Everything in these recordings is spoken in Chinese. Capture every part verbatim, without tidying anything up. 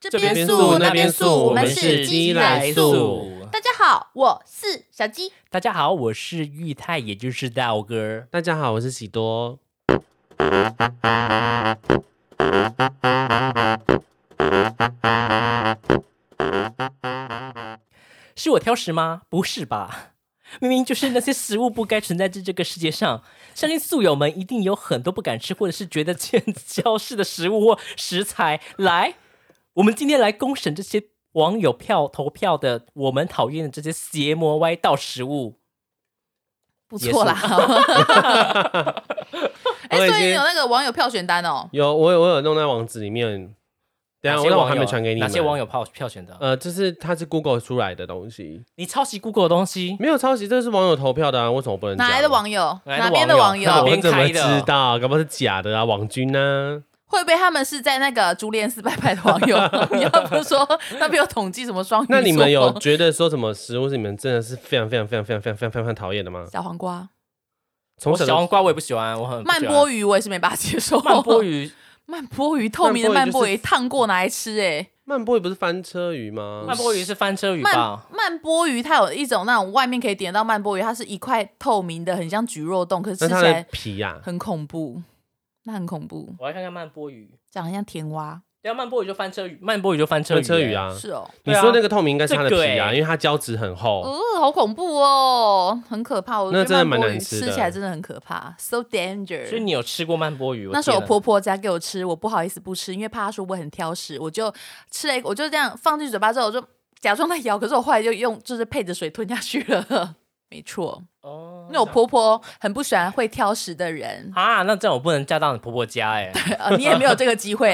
这边素那边素，我们是鸡来素。 大家好，我是小鸡。 大家好，我是玉泰，也就是道哥。 大家好，我是喜多。 是我挑食吗？不是吧，明明就是那些食物不该存在在这个世界上。相信素友们一定有很多不敢吃或者是觉得欠消失的食物或食材。来，我们今天来公审这些网友票投票的我们讨厌的这些邪魔歪道食物。 不错啦。哎、欸，所以你有那个网友票选单哦？ 有，我有我有弄在网址里面。等一下，我还没传给你们。 哪些网友票票选的？ 呃，这是它是 Google 出来的东西。 你抄袭 Google 的东西？ 没有抄袭，这是网友投票的啊，为什么不能讲？ 哪来的网友？哪边的网友？ 我怎么知道？搞不好是假的啊，网军啊。 会不会他们是在那个竹联寺拜拜的网友？你要不是说那边有统计什么双鱼座？ 那你们有觉得说什么食物是你们真的是非常非常非常非常非常非常非常讨厌的吗？ 小黄瓜。 从小黄瓜我也不喜欢，我很慢波鱼我也是没办法接受。 慢波鱼。 慢波鱼，透明的慢波鱼，烫过拿来吃哎、欸。 慢波鱼不是翻车鱼吗？ 慢波鱼是翻车鱼吧？ 慢, 慢波鱼它有一种那种外面可以点到慢波鱼，它是一块透明的，很像蒟蒻冻，可是吃起来皮呀、啊、 很恐怖，那很恐怖。 我来看看慢波鱼， 长得像甜蛙。 对啊，慢波鱼就翻车鱼，慢波鱼就翻车鱼、欸， 翻车鱼啊， 是哦。 你说那个透明应该是它的皮啊， 欸、 因为它胶质很厚。 呃，好恐怖哦，很可怕。我那真的蛮难吃的， 吃起来真的很可怕 ，so dangerous。 所以你有吃过慢波鱼？ 那时候我婆婆家给我吃，我不好意思不吃，因为怕她说我很挑食，我就吃了一，我就这样放进嘴巴之后，我就假装在咬，可是我后来就用就是配着水吞下去了。没错，哦，因为我婆婆很不喜欢会挑食的人啊，那这样我不能嫁到你婆婆家哎、 欸呃，你也没有这个机会。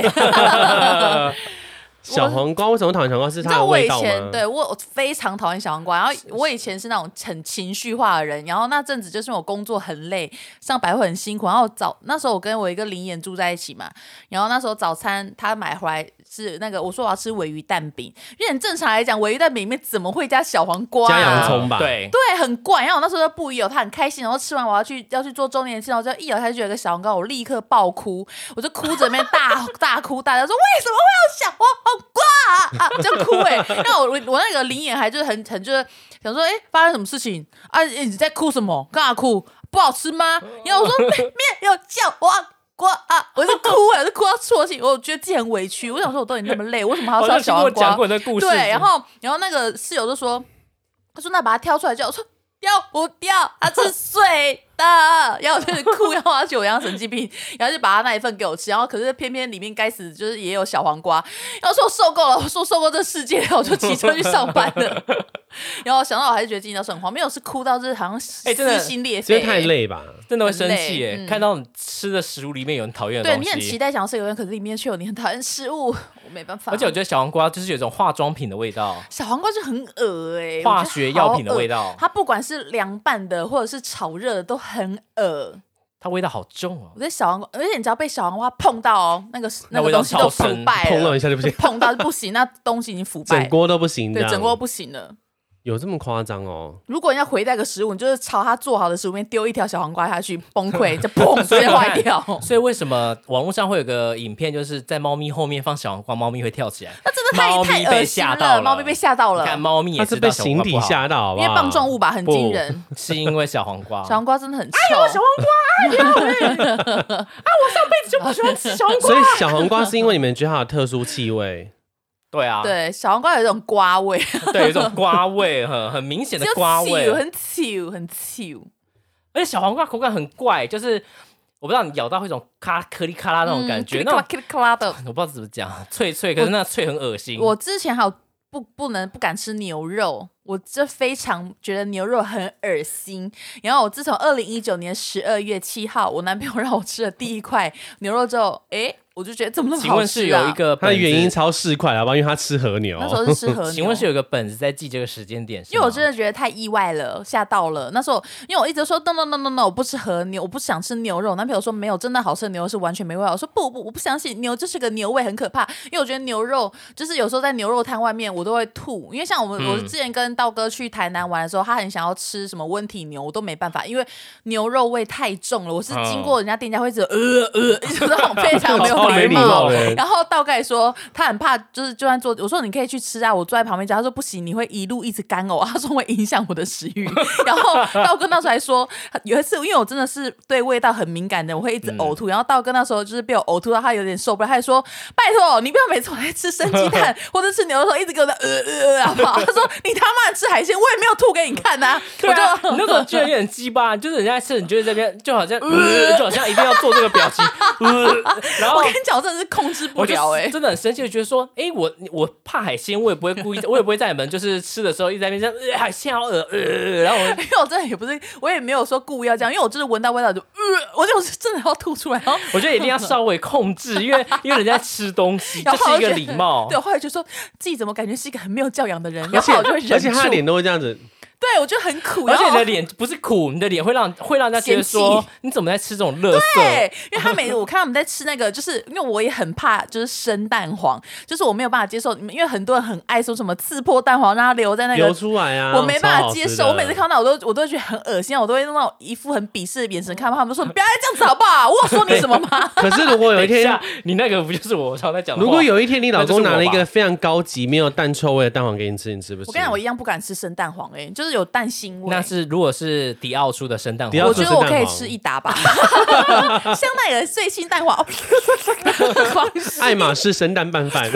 小黄瓜为什么讨厌小黄瓜？是它的味道吗？ 我以前对我非常讨厌小黄瓜，然后我以前是那种很情绪化的人，然后那阵子就是我工作很累，上百货很辛苦，然后早那时候我跟我一个灵眼住在一起嘛，然后那时候早餐他买回来是那个我说我要吃鲔鱼蛋饼，因为很正常来讲鲔鱼蛋饼里面怎么会加小黄瓜、啊？ 加洋葱吧？ 对对，很怪。然后我那时候就不疑有他，很开心，然后吃完我要去要去做周年庆，然后就一咬下去有个小黄瓜，我立刻爆哭，我就哭着那边大大哭大叫说为什么会有小黄瓜？啊，就哭哎、欸！然后我我那个灵眼还就是很很就是想说，哎、欸，发生什么事情啊？你在哭什么？干嘛哭？不好吃吗？然后我说面面有小黄瓜啊！我就哭哎、欸，我就哭到啜泣，我觉得自己很委屈。我想说，我都已经那么累，为什么还要吃到小黄瓜？ 我讲过的故事。 对，然后然后那个室友就说，他说那把它挑出来叫我说挑不掉，它是碎的，然后我就哭，然后他觉得我像神经病，然后就把他那一份给我吃，然后可是偏偏里面该死就是也有小黄瓜，然后说我受够了，我说受够这世界了，我就骑车去上班了。然后想到我还是觉得自己要生活，没有是哭到就是好像撕心裂肺、欸， 真的太累吧， 真的会生气耶、欸嗯！看到你吃的食物里面有你讨厌的东西， 对你很期待想要吃有人，可是里面却有你很讨厌食物，我没办法。 而且我觉得小黄瓜就是有一种化妆品的味道， 小黄瓜就很恶哎、欸， 化学药品的味道。 它不管是凉拌的或者是炒热的都很恶。 它味道好重哦！ 我觉得小黄瓜，而且你只要被小黄瓜碰到哦，那个那个东西就腐败了， 碰到一下就不行， 碰到就不行，那东西已经腐败， 整锅都不行， 对，整锅都不行了。 有这么夸张哦？ 如果你要回带个食物，你就是朝他做好的食物里面丢一条小黄瓜下去，崩溃就砰直接坏掉。 所以为什么网络上会有个影片，就是在猫咪后面放小黄瓜，猫咪会跳起来？ 那真的太太恶心了，猫咪被吓到了。 你看猫咪也是被形体吓到好不好， 因为棒状物吧很惊人， 是因为小黄瓜。 小黄瓜真的很臭。 哎呦，小黄瓜，哎呦，啊，我上辈子就不喜欢吃小黄瓜。 所以小黄瓜是因为你们觉得它有特殊气味。 对啊， 对，小黄瓜有一种瓜味， 对，有一种瓜味，很很明显的瓜味， 很臭，很臭。 而且小黄瓜口感很怪，就是我不知道你咬到会有一种咔颗粒咔啦那种感觉， 嗯、那种咔啦的， 我不知道怎么讲，脆脆，可是那脆很恶心。 我之前还有不不能不敢吃牛肉，我这非常觉得牛肉很恶心。然后我自从二零一九年十二月七号，我男朋友让我吃了第一块牛肉之后，哎。我就觉得怎么那么好吃啊？ 请问是有一个他的原因超市侩，好不好？因为他吃和牛， 那时候是吃和牛。 请问是有一个本子在记这个时间点？ 因为我真的觉得太意外了，吓到了。那时候因为我一直说 no no no no no， 我不吃和牛，我不想吃牛肉。男朋友说没有，真的好吃的牛肉是完全没味道。我说不不，我不相信，牛就是个牛味，很可怕。因为我觉得牛肉就是有时候在牛肉摊外面我都会吐，因为像我们、嗯、我之前跟道哥去台南玩的时候，他很想要吃什么温体牛，我都没办法，因为牛肉味太重了。我是经过人家店家会一直呃呃，一直那种非常没有礼貌。然后道哥也说他很怕，就是就算坐，我说你可以去吃啊，我坐在旁边讲，他说不行，你会一路一直干呕，他说会影响我的食欲。然后道哥那时候还说，有一次因为我真的是对味道很敏感的，我会一直呕吐。嗯、然后道哥那时候就是被我呕吐到他有点受不了，他还说拜托你不要每次我在吃生鸡蛋或者吃牛肉的时候一直给我的呃呃好不好？他说你他妈吃海鲜，我也没有吐给你看呐、啊。 对啊，你那时候觉得有点鸡巴，就是人家吃，你就在这边就好像、呃、就好像一定要做这个表情。呃、然后我跟你讲，我真的是控制不了哎、欸， 真的很生气，觉得说，哎、欸，我我怕海鲜，我也不会故意，我也不会在你们就是吃的时候一直在那边这样、呃、海鲜好恶呃，然后我因为我真的也不是，我也没有说故意要这样，因为我就是闻到味道就呃，我就是真的要吐出来。然后我觉得一定要稍微控制，因为因为人家吃东西，这是一个礼貌。 对，我后来就说自己怎么感觉是一个很没有教养的人，然后我就会忍住， 而且他的脸都会这样子。 对，我觉得很苦， 而且你的脸不是苦，你的脸会让会让人家觉得说你怎么在吃这种垃圾？ 对，因为他每次我看他们在吃那个，就是因为我也很怕，就是生蛋黄，就是我没有办法接受，因为很多人很爱说什么刺破蛋黄让它留在那个流出来啊， 我没办法接受。我每次看到我都我都会觉得很恶心，我都会用那种一副很鄙视的眼神看他们，说你不要再这样子好不好？我有说你什么吗？ 可是如果有一天你那个不就是我常在讲的话？ 如果有一天你老公拿了一个非常高级没有蛋臭味的蛋黄给你吃，你吃不吃？ 我跟你讲，我一样不敢吃生蛋黄哎、欸，就是有蛋腥味。 那是如果是迪奥出的生蛋黄， 我觉得我可以吃一打吧。香奈儿最新蛋黄， 爱马仕生蛋拌饭。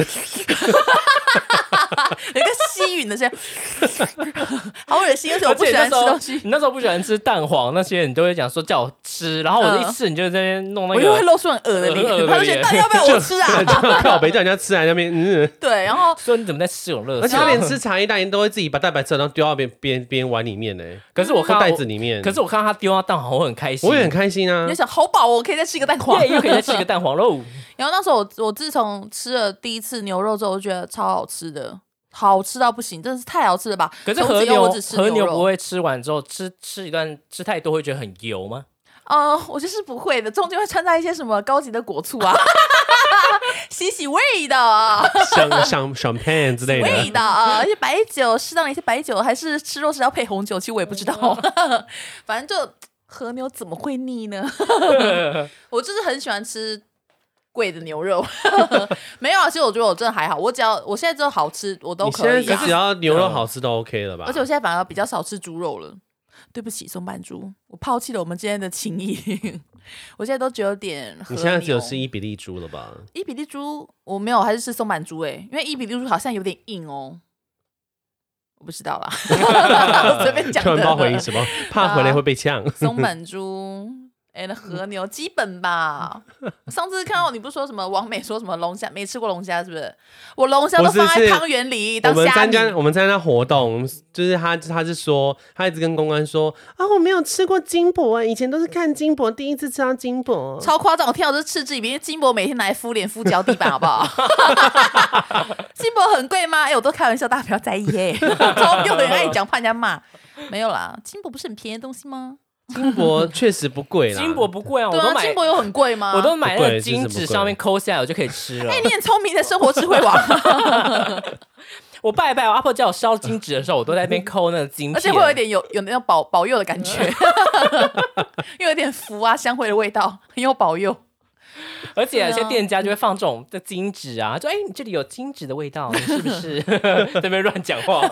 有一个吸吮的声音，好恶心！而且我不喜欢吃东西。 你那时候不喜欢吃蛋黄，那些你都会讲说叫我吃，然后我一吃你就在那边弄那个， 我又会露出很恶的脸，他就觉得到底要不要我吃啊？ 靠北叫人家吃啊那边，嗯， 对，然后说你怎么在吃这种垃圾？ 而且他连吃茶叶蛋都会自己把蛋白质然后丢到边边边碗里面呢。 可是我看袋子里面， 可是我看到他丢到蛋黄，我很开心， 我也很开心啊！ 你就想好饱哦，我可以再吃一个蛋黄， 又可以再吃一个蛋黄喽。 然后那时候我我自从吃了第一次牛肉之后，我就觉得超好吃的。好吃到不行，真的是太好吃了吧！ 可是和牛我只吃牛和牛不会吃完之后吃吃一段吃太多会觉得很油吗？ 呃，我就是不会的，中间会掺杂一些什么高级的果醋啊，洗洗味的， 香香 champagne 之类的味的，而且白酒适当的一些白酒，还是吃肉是要配红酒，其实我也不知道，反正就和牛怎么会腻呢？我就是很喜欢吃。贵的牛肉没有啊，其实我觉得我真的还好，我只要我现在只有好吃我都可以、啊。 你现在只要牛肉好吃都 OK 了吧？ 而且我现在反而比较少吃猪肉了。对不起，松板猪，我抛弃了我们今天的情谊。我现在都觉得有点和牛。 你现在只有吃伊比利猪了吧？ 伊比利猪我没有，还是吃松板猪哎、欸，因为伊比利猪好像有点硬哦。我不知道啦，我随便讲的。 突然不知道回应什么，怕回来会被呛。 啊、松板猪。哎、欸，那和牛基本吧。上次看到你不是说什么王美说什么龙虾没吃过龙虾是不是？我龙虾都放在汤圆里当虾米。 我们参加我们参加活动，就是他他是说他一直跟公关说啊，我没有吃过金箔啊，以前都是看金箔，第一次吃到金箔， 超夸张！我听到就是嗤之以鼻，因为金箔每天拿来敷脸敷脚底板，好不好？金箔很贵吗？哎、欸，我都开玩笑，大家不要在意哎、欸。超又很爱讲，怕人家骂。没有啦，金箔不是很便宜的东西吗？ 金箔确实不贵啦， 金箔不贵啊，我都买。 金箔有很贵吗？ 我都买那个金纸上面抠下来，我就可以吃了。 哎、欸，你很聪明的生活智慧王。 我拜拜，我阿婆叫我烧金纸的时候，我都在那边抠那个金片， 而且会有一点有有那种保保佑的感觉，又有点符啊香灰的味道，很有保佑。 而且有些店家就会放这种的金纸啊，就哎、欸，你这里有金纸的味道，你是不是在那边乱讲话？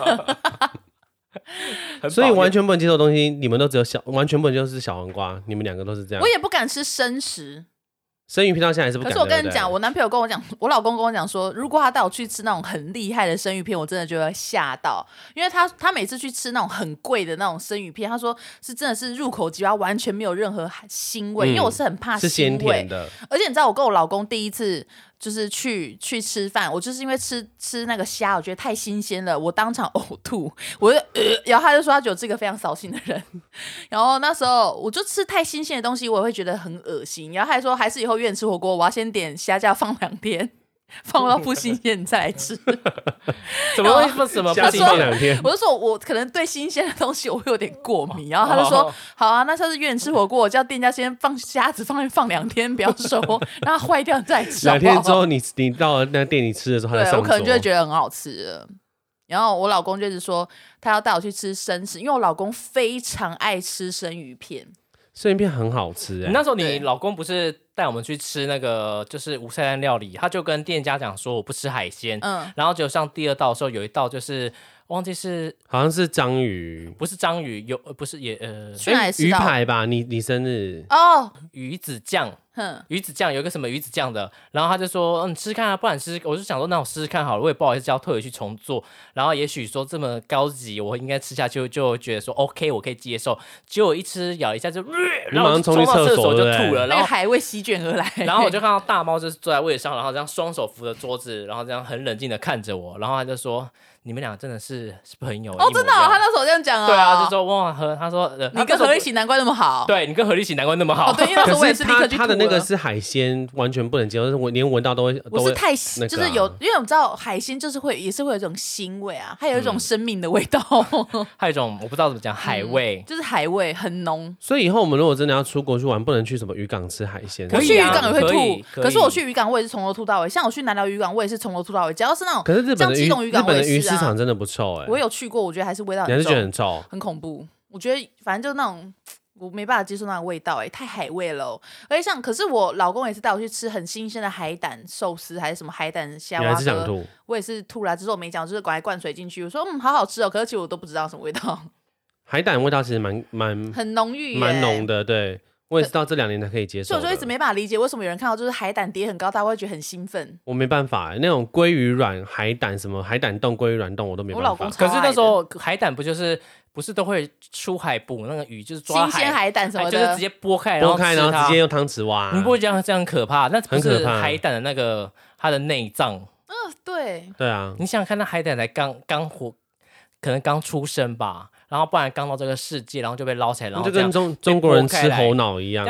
所以完全不能接受的东西，你们都只有小，完全不能就是小黄瓜，你们两个都是这样。 我也不敢吃生食， 生鱼片到现在还是不敢。 可是我跟你讲，我男朋友跟我讲，我老公跟我讲说，如果他带我去吃那种很厉害的生鱼片，我真的就会吓到，因为他他每次去吃那种很贵的那种生鱼片，他说是真的是入口即化，完全没有任何腥味，嗯、因为我是很怕腥味， 是鲜甜的。 而且你知道，我跟我老公第一次。就是去去吃饭，我就是因为吃吃那个虾，我觉得太新鲜了，我当场呕吐，我就、呃、然后他就说他觉得这个非常扫兴的人，然后那时候我就吃太新鲜的东西，我也会觉得很恶心，然后他还说还是以后约你吃火锅，我要先点虾架放两天。放到不新鲜你再来吃， 怎么会什么不新鲜两天？ 我就说我可能对新鲜的东西我会有点过敏，然后他就说、哦、好啊，那下次约你吃火锅，我叫店家先放虾子放放两天，不要熟，让它坏掉再吃好不好。 两天之后你你到那店里吃的时候，它在上桌， 我可能就会觉得很好吃了。 然后我老公就是说他要带我去吃生食，因为我老公非常爱吃生鱼片。 生鱼片很好吃哎、欸。 那时候你老公不是带我们去吃那个就是无菜单料理，他就跟店家讲说我不吃海鲜，嗯，然后就上第二道的时候有一道就是忘记是好像是章鱼， 不是章鱼，有不是也呃去哪里吃到？ 鱼排吧？你你生日哦， 鱼子酱。鱼子酱有一个什么鱼子酱的，然后他就说：“嗯，你试试看啊，不然试试。”我就想说：“那我试试看好了。”我也不好意思要退回去重做。然后也许说这么高级，我应该吃下去就觉得说 OK， 我可以接受。结果一吃咬一下就，呃、然后冲到厕所就吐了，然后海味席卷而来。 然后我就看到大猫就是坐在位置上，然后这样双手扶着桌子，然后这样很冷静的看着我，然后他就说。你们俩真的是朋友哦，真的、哦，他那时候这样讲啊、哦， 对啊，就说哇和他说、呃、 你跟何立喜难怪那么好， 对你跟何立喜难怪那么好， 哦、对，因为那时候我也是立刻去吐了。 他的那个是海鲜，完全不能接受，我连闻到都会， 不是太、 那个啊、 就是有，因为我们知道海鲜就是会也是会有一种腥味啊，它有一种生命的味道， 嗯、还有一种我不知道怎么讲海味、 嗯，就是海味很浓。 所以以后我们如果真的要出国去玩，不能去什么渔港吃海鲜。 我去渔港也会吐， 可, 可是我去渔港我也是从头吐到尾，像我去南寮渔港我也是从头吐到尾，只要是那种可是日本的渔日本的鱼市场真的不臭。 我有去过，我觉得还是味道很重， 你还是觉得很臭， 很恐怖。我觉得反正就那种，我没办法接受那个味道、欸，哎，太海味了。而且像，可是我老公也是带我去吃很新鲜的海胆寿司，还是什么海胆虾蛙哥，我也是吐啦，只是我没讲，就是赶快灌水进去。我说嗯，好好吃哦，可是其实我都不知道什么味道。 海胆味道其实蛮蛮很浓郁、欸， 蛮浓的，对。我也是到这两年才可以接受， 所以我就一直没办法理解为什么有人看到就是海胆叠很高，大家会觉得很兴奋。 我没办法，那种鲑鱼卵、海胆什么海胆冻、鲑鱼卵冻我都没办法。 我老公可是那时候海胆不就是不是都会出海捕那个鱼，就是抓海新鲜海胆什么的， 就是直接剥开， 剥开然后直接用汤匙挖。 你不会这样这样可怕？那不是海胆的那个它的内脏。 嗯、呃，对， 对啊。 你想想看，那海胆才刚刚活，可能刚出生吧。然后不然刚到这个世界，然后就被捞起来，然后就跟中中国人吃猴脑一样。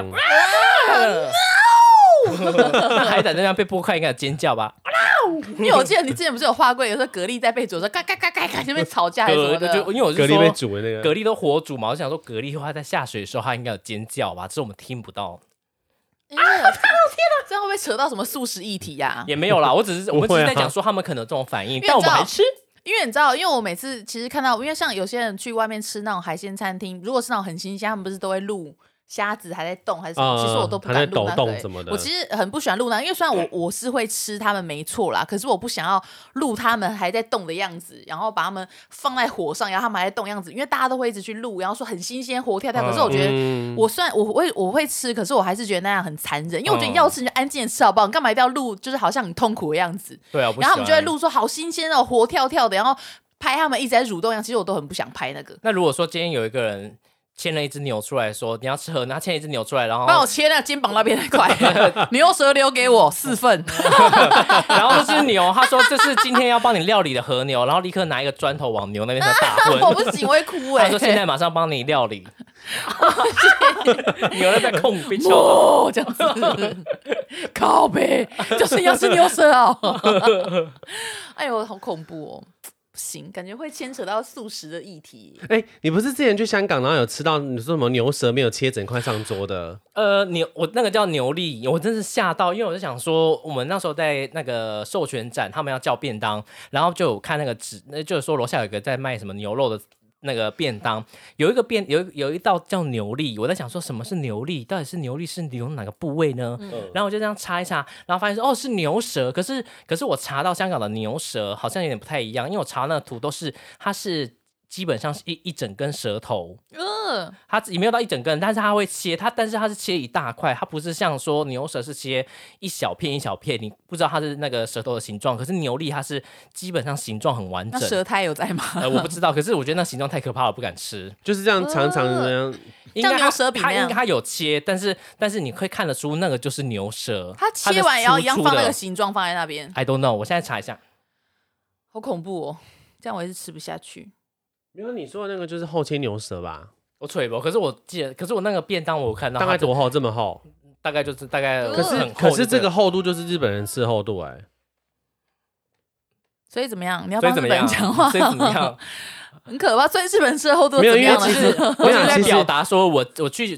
那海胆那样被剥开，应该有尖叫吧？ 因为我记得你之前不是有画过，有时候蛤蜊在被煮的时候，嘎嘎嘎嘎嘎，那边吵架还是什么的。 就因为我是说蛤蜊被煮的那个， 蛤蜊都活煮嘛，我想说蛤蜊它在下水的时候，它应该有尖叫吧？只是我们听不到。 啊！天哪，这样会不会扯到什么素食议题呀、啊？ 也没有啦，我只是我们只是在讲说他们可能有这种反应，但我们还吃。 因为你知道，因为我每次其实看到，因为像有些人去外面吃那种海鲜餐厅，如果是那种很新鲜，他们不是都会录虾子还在动还是什么？嗯、其实我都不敢录那个、欸。我其实很不喜欢录那，因为虽然我我是会吃他们没错啦，可是我不想要录他们还在动的样子，然后把他们放在火上，然后他们还在动的样子，因为大家都会一直去录，然后说很新鲜活跳跳。可是我觉得，嗯、我虽然我会我会吃，可是我还是觉得那样很残忍，因为我觉得你要吃你就安静的吃好不好？你干嘛一定要录？就是好像很痛苦的样子。 对啊， 然后他们就会录说好新鲜哦，活跳跳的，然后。拍他们一直在蠕动一样，其实我都很不想拍那个。 那如果说今天有一个人牵了一只牛出来说你要吃河，他牵一只牛出来，然后帮我切那肩膀那边那块牛舌留给我四份， 然后这只牛他说这是今天要帮你料理的和牛，然后立刻拿一个砖头往牛那边打昏， 我不行，我会哭哎、欸。 他说现在马上帮你料理，牛在被控被敲到这样子，靠北就是要吃牛舌哦。哎呦，好恐怖哦。行，感觉会牵扯到素食的议题。 哎、欸，你不是之前去香港，然后有吃到你说什么牛舌没有切整块上桌的？ 呃，牛我那个叫牛粒，我真是吓到，因为我就想说，我们那时候在那个授权展，他们要叫便当，然后就有看那个纸，就是说楼下有一个在卖什么牛肉的。那个便当有一个便有有一道叫牛粒，我在想说什么是牛粒，到底是牛粒是牛哪个部位呢？嗯、然后我就这样查一查，然后发现说哦是牛舌，可是可是我查到香港的牛舌好像有点不太一样，因为我查那个图都是它是基本上是一一整根舌头，嗯，它也没有到一整根，但是它会切它，但是它是切一大块，它不是像说牛舌是切一小片一小片，你不知道它是那个舌头的形状，可是牛粒它是基本上形状很完整。 那舌苔有在吗？ 呃，我不知道，可是我觉得那形状太可怕了，不敢吃。 就是这样长长的这样， 应该像牛舌饼那样， 它应该它有切，但是但是你会看得出那个就是牛舌。 它切完然后一样放那个形状放在那边。 I don't know， 我现在查一下。 好恐怖哦，这样我也是吃不下去。 没有你说的那个就是厚切牛舌吧？ 我吹不，可是我记得，可是我那个便当我有看到大概多厚？这么厚？ 大概就是大概， 可是很厚可是这个厚度就是日本人吃厚度哎、欸。 所以怎么样？你要帮日本人讲话？ 所以怎么样？ 很可怕。所以日本人吃的厚度没有， 怎么样？ 因为其实我是在表达说我我去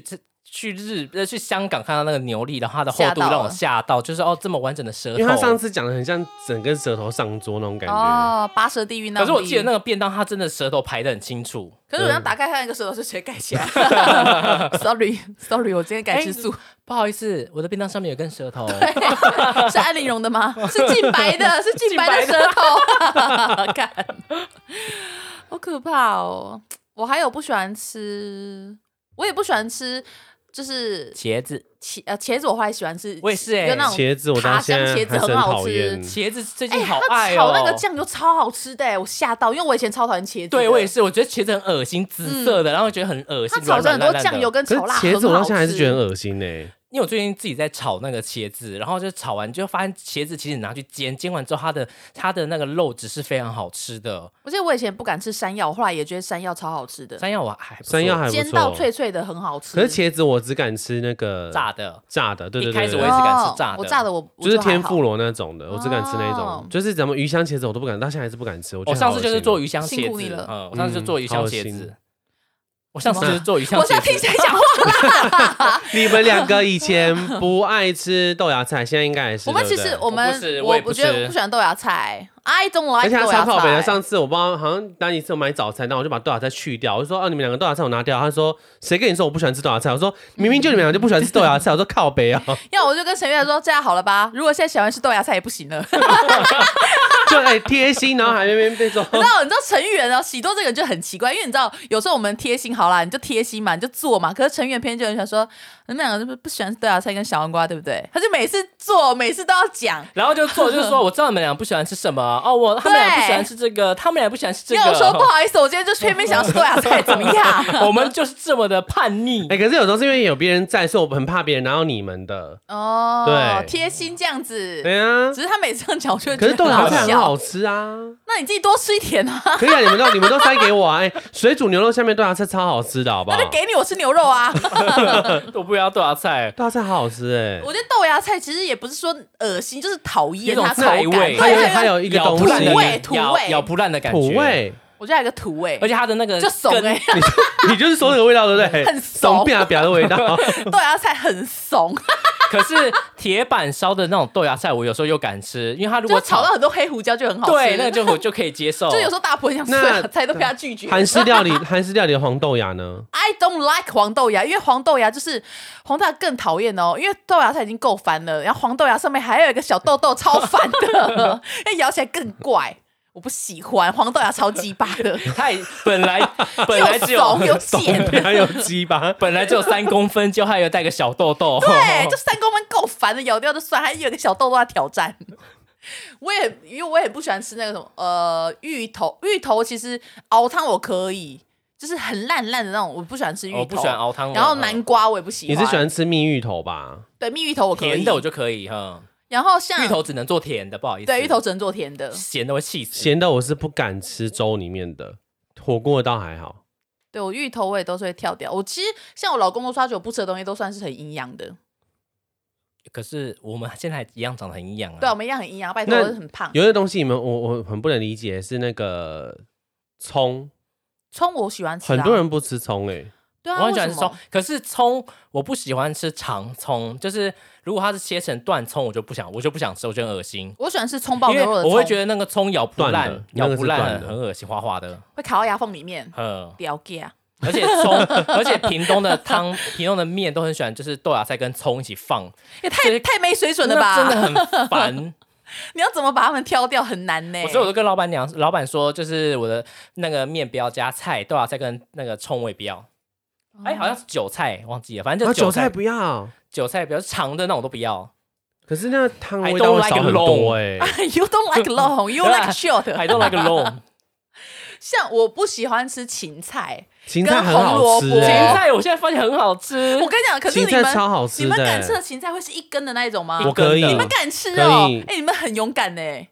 去日呃去香港看到那个牛粒，然后它的厚度让我吓到，就是哦这么完整的舌头。 因为他上次讲的很像整根舌头上桌那种感觉。 哦，八舌地狱那。 可是我记得那个便当，它真的舌头排得很清楚。 可是我想打开看，一个舌头是直接盖起来。Sorry Sorry， 我今天改吃素。 不好意思，我的便当上面有根舌头。 是安陵容的吗？是净白的，是净白的舌头。看，好可怕哦！我还有不喜欢吃，我也不喜欢吃，就是茄子。 茄呃茄子我后来喜欢吃， 我也是哎、 欸，那种茄子我到现在茄子很好吃， 茄子最近好爱哦、欸， 炒那个酱油超好吃的、欸，我吓到，因为我以前超讨厌茄子。 对我也是，我觉得茄子很恶心，紫色的，嗯、然后觉得很恶心。 它炒成很多酱油跟炒辣， 茄子我到现在还是觉得很恶心呢、欸。 因为我最近自己在炒那个茄子，然后就炒完就发现茄子其实你拿去煎，煎完之后它的它的那个肉质是非常好吃的。 我记得我以前不敢吃山药，我后来也觉得山药超好吃的。 山药我还不山药还不错， 煎到脆脆的很好吃。 可是茄子我只敢吃那个炸的， 炸的，对对 对, 对。 一开始我也只敢吃炸的， 哦、我炸的我就是天妇罗那种的，我只敢吃那种， 哦、 就是怎么鱼香茄子我都不敢，到现在还是不敢吃。我, 我上次就是做鱼香茄子， 嗯， 我上次就做鱼香茄子。嗯我上次就是做鱼香茄子， 我在听谁讲话啦？ 你们两个以前不爱吃豆芽菜，现在应该也是。 我们其实我们我我觉得不喜欢豆芽菜 ，I don't like 而且他豆芽菜。 超靠北的，上次我不知道，好像丹尼是有买早餐，然后我就把豆芽菜去掉，我就说哦，你们两个豆芽菜我拿掉。他说谁跟你说我不喜欢吃豆芽菜？我说明明就你们两个就不喜欢吃豆芽菜。我说靠北啊。 要我就跟陈月说这样好了吧？如果现在喜欢吃豆芽菜也不行了。 就哎贴心，然后还没被被说。 你知道你知道陈玉元哦，喜多这个人就很奇怪，因为你知道有时候我们贴心好啦，你就贴心嘛，你就做嘛。可是陈玉元偏就很想说，你们两个不不喜欢豆芽菜跟小黄瓜，对不对？他就每次做，每次都要讲， 然后就做，就是说我知道你们俩不喜欢吃什么哦，我他们俩不喜欢吃这个，他们俩不喜欢吃这个。 要我说不好意思，我今天就偏偏想要吃豆芽菜，怎么样？ 我们就是这么的叛逆。 哎、欸，可是有时候是因为有别人在，所以我很怕别人拿到你们的。 哦， 对， 贴心这样子。 对啊， 只是他每次这样讲，我就可是豆芽菜很好吃啊。 那你自己多吃一点啊。 可以啊，你们都你们都塞给我啊！哎、欸，水煮牛肉下面豆芽菜超好吃的，好不好？ 那就给你，我吃牛肉啊。 我不要豆芽菜， 豆芽菜好好吃哎、欸。 我觉得豆芽菜其实也不是说恶心，就是讨厌它口感， 它有它有一个东西， 土味土味咬不烂的感觉， 土味。 我觉得还有个土味， 而且它的那个就怂哎、欸， 你你就是说那个味道对不对？ 很怂， 扁扁的味道。 豆芽菜很怂。 可是铁板烧的那种豆芽菜，我有时候又敢吃，因为它如果炒到很多黑胡椒就很好吃， 对，那个就我就可以接受。 就有时候大婆想吃豆芽菜都被他拒绝。 韩式料理，韩式料理的黄豆芽呢 ？I don't like 黄豆芽，因为黄豆芽就是黄豆芽更讨厌哦，因为豆芽菜已经够烦了，然后黄豆芽上面还有一个小豆豆，超烦的，因为咬起来更怪。我不喜欢黄豆芽超鸡巴的， 太本来本来只有有碱， 还有鸡巴， 本来只有三公分，就还有带个小豆豆， 对，就三公分够烦的，咬掉就算，还有个小豆豆要挑战。我也因为我也不喜欢吃那个什么呃芋头，芋头其实熬汤我可以，就是很烂烂的那种，我不喜欢吃芋头， 我不喜欢熬汤。 然后南瓜我也不喜欢， 你是喜欢吃蜜芋头吧？ 对，蜜芋头我可以， 甜的我就可以哈。 然后像芋头只能做甜的，不好意思。 对，芋头只能做甜的， 咸的会气死。 咸的我是不敢吃粥里面的，火锅倒还好。 对，我芋头我也都是会跳掉。我其实像我老公都说，我不吃的东西都算是很营养的。 可是我们现在一样长得很营养啊。 对，我们一样很营养，拜托我是很胖。 有些东西你们我我很不能理解，是那个葱。 葱我喜欢吃、啊， 很多人不吃葱哎、欸。 对啊， 我很喜欢吃葱，可是葱我不喜欢吃长葱，就是如果它是切成段葱，我就不想，我就不想吃，我觉得很恶心。 我喜欢吃葱爆牛肉的葱， 我会觉得那个葱咬不烂，咬不烂很很恶心，滑滑的， 会卡到牙缝里面。 嗯， 了解。 而且葱，而且屏东的汤、屏东的面都很喜欢，就是豆芽菜跟葱一起放， 也太太没水准了吧？ 真的很烦。 你要怎么把它们挑掉很难呢？ 所以我就跟老板娘、老板说，就是我的那个面不要加菜，豆芽菜跟那个葱我也不要。哎、欸，好像是韭菜，忘记了，反正就韭菜不要， 韭菜比较长的那种都不要。 可是那个汤味道会少很多哎、 欸。You don't like long, you like short. I don't like long. 像我不喜欢吃芹菜， 芹菜很好吃、欸， 芹菜我现在发现很好吃。 我跟你讲，可是你们超好吃的、欸， 你们敢吃的芹菜会是一根的那一种吗？ 我可以， 你们敢吃哦？哎、欸，你们很勇敢哎、欸。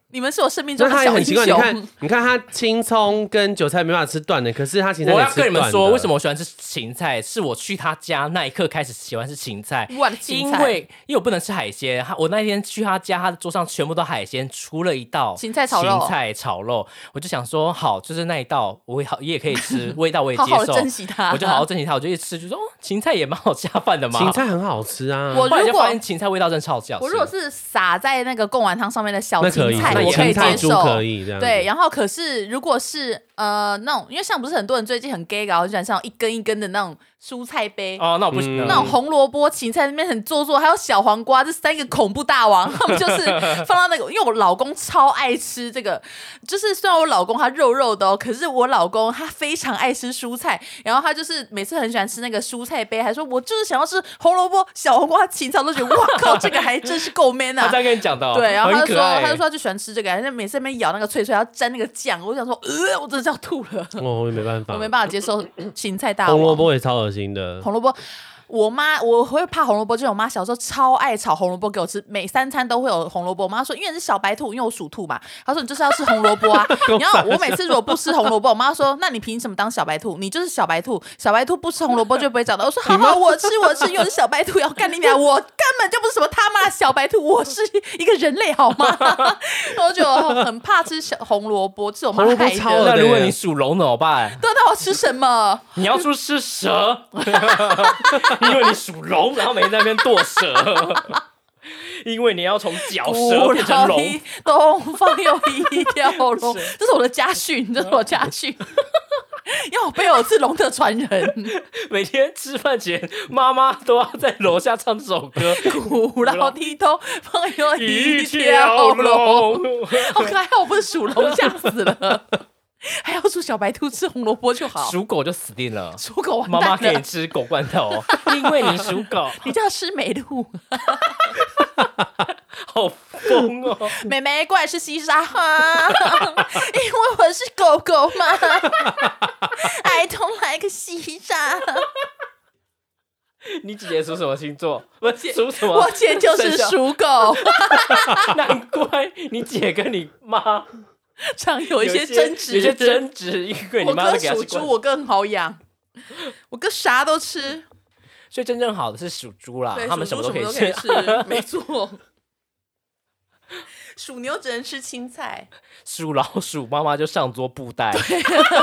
你们是我生命中那的小英他也很奇怪，你雄。 看，你看他青葱跟韭菜没办法吃断的，可是他芹菜我要可以吃断的。 跟你们说，为什么我喜欢吃芹菜？是我去他家那一刻开始喜欢吃芹菜。 我的芹菜因为因为我不能吃海鲜，他我那天去他家，他的桌上全部都海鲜，除了一道芹菜炒肉芹菜炒肉，我就想说，好，就是那一道我也好也可以吃，味道我也接受， 好好的珍惜它。 我就好好珍惜它，我就一吃，就说哦，芹菜也蛮好下饭的嘛。 芹菜很好吃啊。 我后来就如果发现芹菜味道真的超好吃。 我如果是撒在那个贡丸汤上面的小那可以， 芹菜， 那我可以芹菜猪接受。 可以这样。 对，然后可是如果是呃那种，因为像不是很多人最近很 gay 搞，就喜欢像一根一根的那种蔬菜杯。 哦，那我不行， 嗯那种红萝卜、芹菜那边很做作，还有小黄瓜，这三个恐怖大王，他们就是放到那个，因为我老公超爱吃这个，就是虽然我老公他肉肉的哦，可是我老公他非常爱吃蔬菜，然后他就是每次很喜欢吃那个蔬菜杯，还说我就是想要吃红萝卜、小黄瓜、芹菜，都觉得哇靠，这个还真是够 man 啊！ 他这样跟你讲的、哦， 对，然后他就说， 很可爱他就说他就喜欢吃这个，然后每次在那边咬那个脆脆，要沾那个酱，我想说，呃，我真的要吐了， 哦，我也没办法， 我没办法接受芹菜大王。 红萝卜也超恶心的。 红萝卜，我妈我会怕红萝卜，就是我妈小时候超爱炒红萝卜给我吃，每三餐都会有红萝卜。我妈说，因为你是小白兔，因为我属兔嘛，她说你就是要吃红萝卜啊。然后我每次如果不吃红萝卜，我妈说，那你凭什么当小白兔？你就是小白兔，小白兔不吃红萝卜就不会长大。我说好好，我吃我吃，因为我是小白兔，要干你俩，我根本就不是什么他妈小白兔，我是一个人类好吗？然后就很怕吃小红萝卜，是我妈红萝卜害的。 超恶的那如果你属龙怎么办？ 对，那我吃什么？ 你要说吃蛇，因为你属龙，然后每天在那边剁蛇，因为你要从绞蛇古变成龙。 老的东方有一条龙，这是我的家训，这是我家训。要被我是龙的传人， 每天吃饭前，妈妈都要在楼下唱这首歌。 古老的东方有一一条条龙。 龙， 我还好我不是属龙，吓死了。还要属小白兔吃红萝卜就好， 属狗就死定了。 属狗完妈妈给你蛋了。 吃狗罐头，因为你属狗， 你叫吃美露， 好疯哦！ 妹妹过来吃西沙哈，因为我是狗狗嘛。I don't like 西沙。 你姐姐属什么星座？不是属什么？ 我姐就是属狗， 难怪你姐跟你妈常有一些争执， 有一些争执，因为你我妈哥属猪， 都给她吃罐头。 我哥很好养，我哥啥都吃， 所以真正好的是属猪啦对，， 他们属猪么都可以什么都可以吃。 吃，没错。属牛只能吃青菜， 属老鼠妈妈就上桌布袋， 你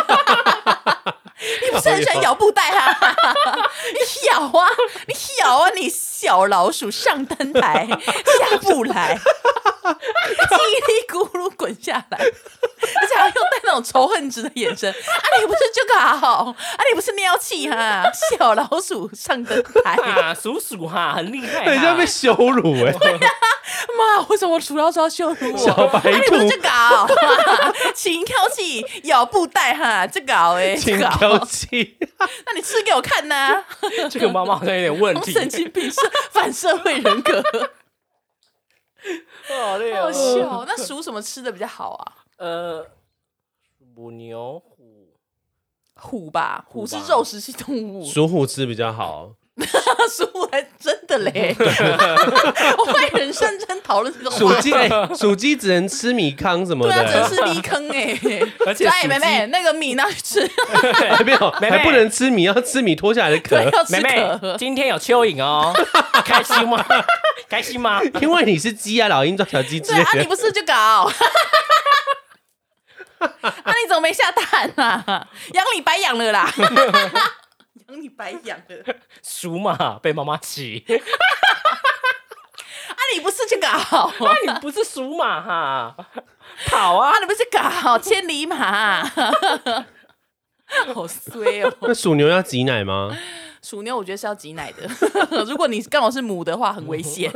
不是很喜欢咬布袋啊？你咬啊，你咬啊，你小老鼠上灯台，下不来，叽里咕噜滚下来，而且还用带那种仇恨值的眼神。啊，你不是这个好，啊，你不是尿气哈，小老鼠上灯台。 啊，属鼠哈，很厉害很像被哈。 羞辱哎、 妈，为什么鼠老鼠要羞辱我？ 小白兔啊、你不是这个好，请挑气咬布袋哈，这个好哎，这轻个好挑气。 那你吃给我看呐、 这个妈妈好像有点问题， 神经病是反社会人格， 好累哦。 好笑。那属什么吃的比较好啊？ 呃，母牛虎， 虎吧，虎虎吧是肉食性动物， 属虎吃比较好， 属虎还真的嘞。我会很认真讨论这种话。 属鸡哎，属鸡只能吃米糠什么对啊，真的， 是离坑哎！ 而且哎， 属鸡妹妹，那个米拿去吃， 还没有， 妹妹还不能吃米，要吃米脱下来的对， 壳， 要吃妹妹壳。 今天有蚯蚓哦，开心吗？开心吗？ 因为你是鸡啊，老鹰抓小鸡之类对啊，你的。 不是就搞？啊，你怎么没下蛋啊？养你白养了啦！养你白养了。 属马被妈妈骑， 啊，你不是就搞？啊， 那你不是属马哈？跑啊！ 你不是搞千里马？好衰哦！ 那属牛要挤奶吗？ 属牛我觉得是要挤奶的，如果你刚好是母的话，很危险。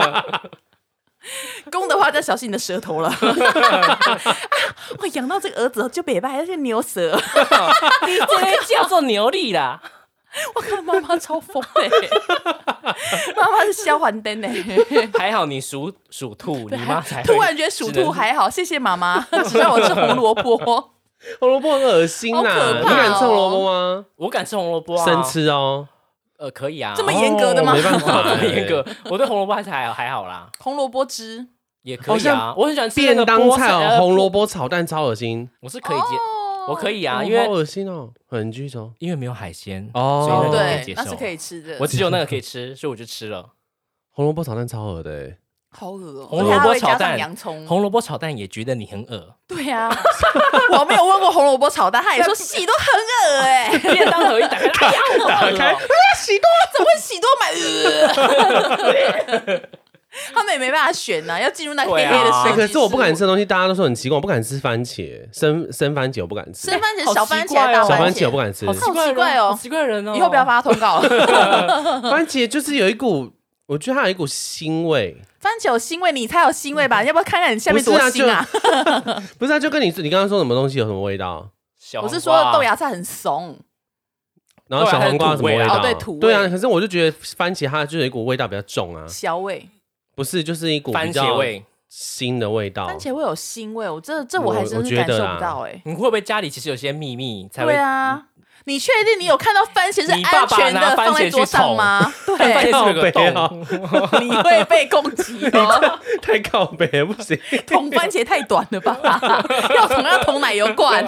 公的话，就要小心你的舌头了。啊，我养到这个儿子就北拜，而且牛舌， 你这个叫做牛力啦。 我看妈妈超疯的，妈妈是消还灯呢。 还好你属属兔，你妈才会突然觉得属兔还好，谢谢妈妈，只让我吃红萝卜。 红萝卜很恶心呐、 好可怕哦你敢吃红萝卜吗？ 我敢吃红萝卜啊， 生吃哦， 呃可以啊， 这么严格的吗哦没办法、 这么欸， 严格，我对红萝卜还是还好还好啦。 红萝卜汁， 也可以啊，我很喜欢吃那便个当菜哦， 呃红萝卜炒蛋超恶心， 我是可以接， 哦我可以啊， 哦因为好恶心哦，很巨头因为没有海鲜哦所以那个可以对， 接受那是可以吃的。 我只有那个可以吃，所以我就吃了。 红萝卜炒蛋超恶的哎， 好恶哦， 红萝卜炒而且它会加上蛋洋葱。 红萝卜炒蛋也觉得你很恶， 对啊，我没有问过红萝卜炒蛋，他也说喜多很恶哎、 便当盒一打开，哎呀， 打开好恶哦喜多怎么会喜多买？呃他们也没办法选呐、啊，要进入那黑黑的对啊设计哎，可是我不敢事吃的东西，大家都说很奇怪，我不敢吃番茄，生生番茄我不敢吃， 生番茄、 好小番茄、 奇怪哦大番小番茄我不敢吃好， 好奇怪哦好奇怪的人哦， 以后不要发通告了。 番茄就是有一股，我觉得它有一股腥味， 番茄有腥味，你才有腥味吧？要不要看看你下面多不是啊腥啊？ 不是啊，就跟你你刚刚说什么东西有什么味道， 小我是黄瓜说豆芽菜很怂， 然后小黄瓜有什么味道？ 哦对土味对啊，可是我就觉得番茄它就有一股味道比较重啊， 小味。 不是就是一股番比较茄味。 腥的味道。 番茄会有腥味，我这这我还真我是感受我觉得啦不到哎、 你会不会家里其实有些秘密才会？ 对啊，你确定你有看到番茄是你爸安全爸拿的放在桌上吗？ 番茄对， 是不是有个靠北洞， 你会被攻击哦。 太靠北了不行， 捅番茄太短了吧？要捅要捅奶油罐，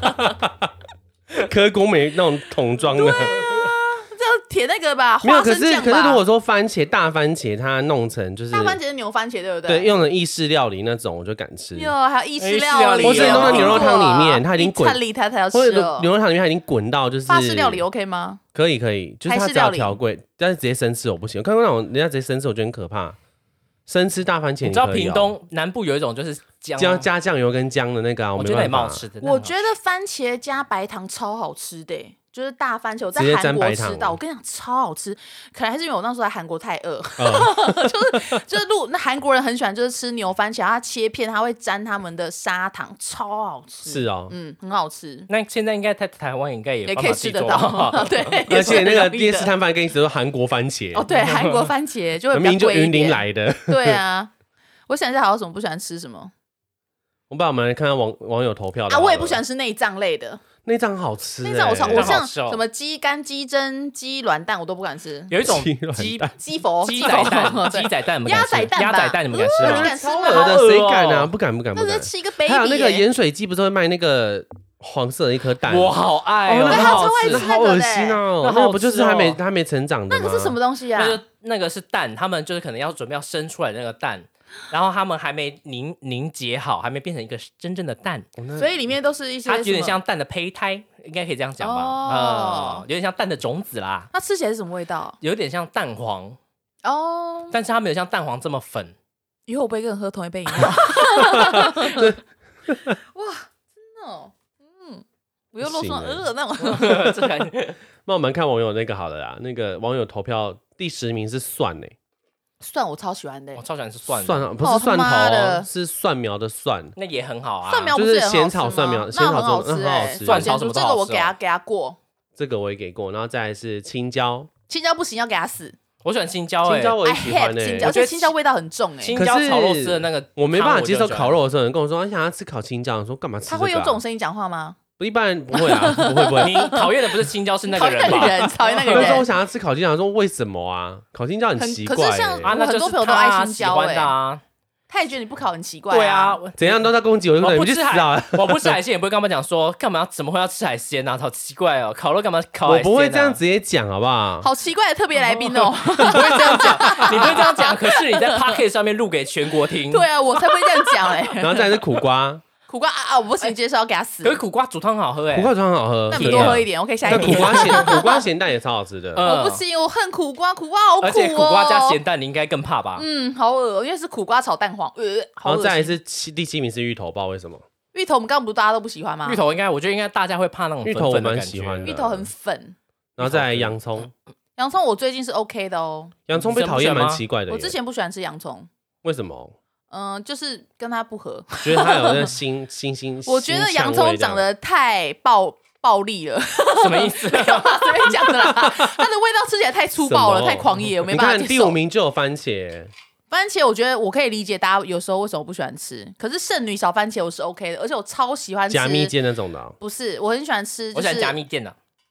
科工美那种桶装的。 这要填那个吧， 没有， 花可是生酱吧。 可是如果说番茄大番茄，它弄成就是大番茄是牛番茄，对不对对？ 用成意式料理那种，我就敢吃。 哟，还有意式意式料理哦， 料理或是弄到牛肉汤里面它已经滚一里他才要吃或者哦。 牛肉汤里面它已经滚到就是法式料理 OK 吗？ 可以可以，就是它只要台式料理调贵，但是直接生吃我不行。我看过那种人家直接生吃，我觉得很可怕。生吃大番茄你知道可以哦屏东南部有一种就是姜加加酱油跟姜的那个啊， 我觉得也没办法蛮好吃的。 我觉得番茄加白糖超好吃的欸，就是大番茄，我在直接韩国沾白糖吃到，我跟你讲超好吃。可能还是因为我那时候在韩国太饿， 嗯就是就是路那韩国人很喜欢就是吃牛番茄，他切片他会沾他们的砂糖，超好吃。 是哦， 嗯，很好吃， 那现在应该在台湾应该也也可以吃得到。对， 而且那个夜市摊摊贩跟你说韩国番茄哦，对，韩国番茄就会明比明就云林较贵一点。 来的。 对啊，我想一下还有什么不喜欢吃什么我把我们来看看网网友投票的啊？ 好了我也不喜欢吃内脏类的， 内脏，好吃欸。 内脏我超我像内脏好吃哦什么鸡肝、鸡胗、鸡卵蛋我都不敢吃。 有一种鸡卵鸡蛋鸡佛、 鸡仔蛋、 对鸡仔蛋，你们敢吃鸭仔蛋吧鸭仔蛋你们敢吃吗？ 呃你敢吃吗超恶的， 好恶谁敢啊？ 哦不敢不敢不敢那是。吃一个 baby， 还有那个耶盐水鸡，不是会卖那个黄色的一颗蛋？ 我好爱哦， 哦，那个很好超爱吃吃。 那好恶心哦！ 那好那个不就是还没吃哦还没成长的吗？ 那个是什么东西啊？ 那个那个是蛋，他们就是可能要准备要生出来的那个蛋，然后他们还没凝凝结好，还没变成一个真正的蛋， 哦？那所以里面都是一些它有点什么。 像蛋的胚胎，应该可以这样讲吧？ 哦嗯，有点像蛋的种子啦， 那吃起来是什么味道？ 有点像蛋黄， 哦， 但是它没有像蛋黄这么粉。 以后我不会跟你喝同一杯饮料。哇，真的哦，嗯，我又露出不行欸呃那种。 这感觉那我们看网友那个好了啦，那个网友投票第十名是蒜呢， 蒜我超喜欢的我，超喜欢吃蒜的， 蒜啊不哦是蒜头他妈哦， 的是蒜苗的蒜。 那也很好啊。 蒜苗不就是也很好咸炒吃蒜苗咸炒吗那很好蒜吃哎， 很好吃蒜炒什么这都好吃哦个我给他给他过， 这个我也给过，然后再来是青椒， 青椒不行要给他死。 我喜欢青椒，哎， 青椒我 I 也喜欢 hate 青呢椒， 我觉得这青椒味道很重哎， 青可是椒炒肉丝的那个， 我没办法接受烤肉。 肉的时候，有人跟我说，你想要吃烤青椒，我说干嘛吃这个啊？ 他会用这种声音讲话吗？ 一般人不会啊，不会不会。 你讨厌的不是青椒，是那讨个人吧？ 厌那个人，讨厌那个有时候我人。 想要吃烤青椒，说为什么啊？烤青椒很很奇怪欸， 可是像啊，那就是我很多朋友都爱他青椒喜欢的欸啊。 他也觉得你不烤很奇怪。 对啊，， 怎样都在攻击我，就说你们去我不吃海死啊！， 我不吃海鲜，也不会跟他们讲说干嘛，怎么会要吃海鲜啊？好奇怪哦，烤肉干嘛烤海鲜啊？ 我不会这样直接讲，好不好？ 好奇怪的特别来宾哦。 你不会这样讲，你不会这样讲。可是你在 Pocket 上面录给全国听。 对啊，我才不会这样讲嘞。 然后再来是苦瓜， 苦瓜啊啊，我不行，接受要给他死可。是苦瓜煮汤很好喝哎。 苦瓜汤很好喝， 那你真的多喝一点，我可以下一题。 那苦瓜咸苦瓜咸蛋也超好吃的。 嗯我不行，我恨苦瓜，苦瓜好苦哦。 而且苦瓜加咸蛋，你应该更怕吧？ 嗯，好恶，因为是苦瓜炒蛋黄，呃，好恶心。 然后再来是七第七名是芋头，不知道为什么。 芋头，我们刚刚不是大家都不喜欢吗？ 芋头应该，我觉得应该大家会怕那种芋头我蛮粉粉的感觉喜欢的芋头很粉， 然后再来洋葱， 洋葱我最近是 OK 的哦。 洋葱被讨厌蛮奇怪的耶。 我之前不喜欢吃洋葱， 为什么？ 嗯，就是跟它不合。 觉得它有那腥腥腥。 我觉得腥洋葱呛味这样长得太暴暴力了， 什么意思？ 没有啦，随便讲的啦。它的味道吃起来太粗暴了， 什么太狂野，我没你看办法接受。 第五名就有番茄， 番茄，我觉得我可以理解大家有时候为什么不喜欢吃，可是圣女小番茄我是 OK 的，而且我超喜欢吃加蜜饯那种的哦。 不是，我很喜欢吃，就是我喜欢加蜜饯的。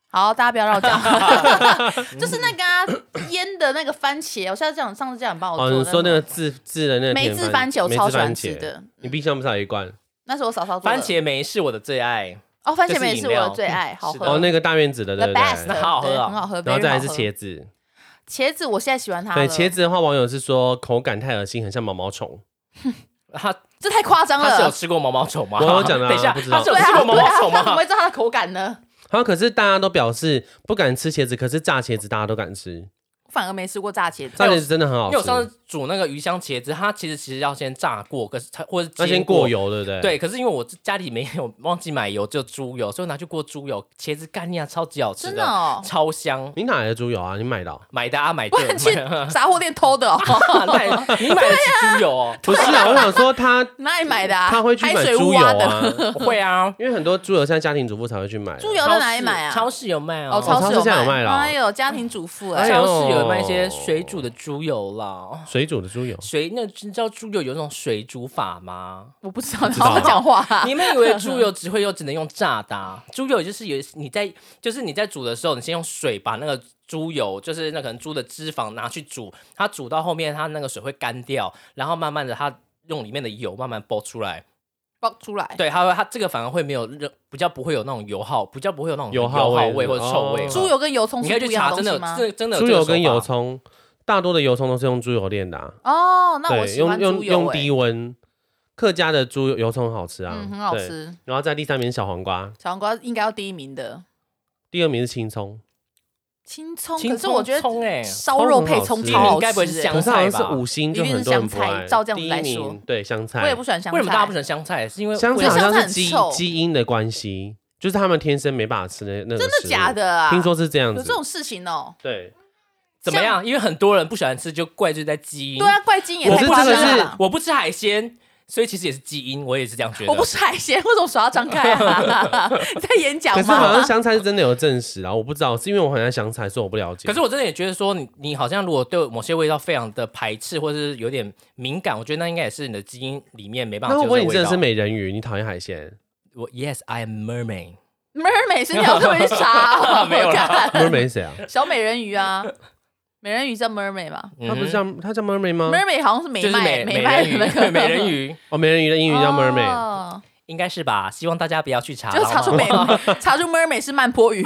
好，大家不要让我讲，就是那个、啊、腌的那个番茄，我下次这样，上次这样帮我做。 哦，你说那个自自的那个梅子番茄，我超喜欢吃的。 你冰箱不是有一罐？ 那是我嫂嫂做的。 番茄梅是我的最爱。 哦，番茄梅是我的最爱，好喝。 哦，那个大院子的，对不对？ 那好好喝啊， 很好喝。 然后再来是茄子。 茄子，我现在喜欢它了。 对，茄子的话，网友是说口感太恶心，很像毛毛虫。 他这太夸张了。 他是有吃过毛毛虫吗？ 我有讲的、啊， 等一下， 不知道他是有吃过毛毛虫吗？ 他怎么会知道它的口感呢？ 好，可是大家都表示不敢吃茄子，可是炸茄子大家都敢吃。 反而没吃过炸茄子， 炸茄子真的很好吃。 因为我上次煮那个鱼香茄子，它其实其实要先炸过，可是它或者要先过油，对不对？ 对，可是因为我家里没有忘记买油，就猪油，所以我拿去过猪油，茄子干呀，超级好吃的， 真的哦， 超香。 你哪来的猪油啊？你买的、哦？ 买的啊，买的。 我去杂货店偷的哦。 你买得起猪油哦？ 不是啊，我想说他哪里买的啊？ 他会去买猪油啊？ 会啊， 因为很多猪油现在家庭主妇才会去买。 猪油在哪里买啊？ 超市有卖哦， 哦，超市有卖了。 哎呦，家庭主妇哎， 超市有卖一些水煮的猪油啦。 水煮的猪油， 水那你知道猪油有那种水煮法吗？ 我不知道，你好好讲话。 你们以为猪油只会有只能用炸的、啊？猪油就是有你在就是你在煮的时候，你先用水把那个猪油，就是那可能猪的脂肪拿去煮，它煮到后面它那个水会干掉，然后慢慢的它用里面的油慢慢爆出来。 爆出来， 对，它它这个反而会没有比较不会有那种油耗，比较不会有那种油耗味味或者臭味。 猪油跟油葱是不一样的东西吗？ 真的真的猪油跟油葱，大多的油葱都是用猪油炼的啊。 哦，那我喜欢猪油、欸、 用用用低温，客家的猪油葱很好吃啊， 嗯，很好吃。 然后在第三名是小黄瓜， 小黄瓜应该要第一名的， 第二名是青葱。 青葱，可是我觉得烧肉配葱超好吃， 该不会是香菜吧？ 可是好像是五星，就很多人不爱。 照这样子来说， 对香菜， 我也不喜欢香菜。 为什么大家不喜欢香菜？是因为香菜好像是基基因的关系，就是他们天生没办法吃那那个。 真的假的啊？ 听说是这样子， 有这种事情哦。 对， 怎么样？因为很多人不喜欢吃，就怪就在基因。 对啊，怪基因也太夸张了。 我不吃海鲜。所以其实也是基因，我也是这样觉得。 我不吃海鲜，为什么手要张开啊？你在演讲吗？ 可是好像香菜是真的有证实啊，我不知道，是因为我很爱香菜，所以我不了解。 可是我真的也觉得说你，你好像如果对某些味道非常的排斥，或者是有点敏感，我觉得那应该也是你的基因里面没办法接受的味道。 那我问你，真的是美人鱼，你讨厌海鲜？ 我 Yes, I am mermaid。 mermaid 是你要特别查？ 没有啦 ，mermaid 谁啊？ 小美人鱼啊。美人鱼叫 mermaid 吗？ 它不是叫它叫 mermaid 吗 ？mermaid 好像是美美美卖的那个美人鱼哦，美人鱼的英语叫 mermaid，、哦、 应该是吧？希望大家不要去查， 就查出美查出 mermaid 是慢坡鱼。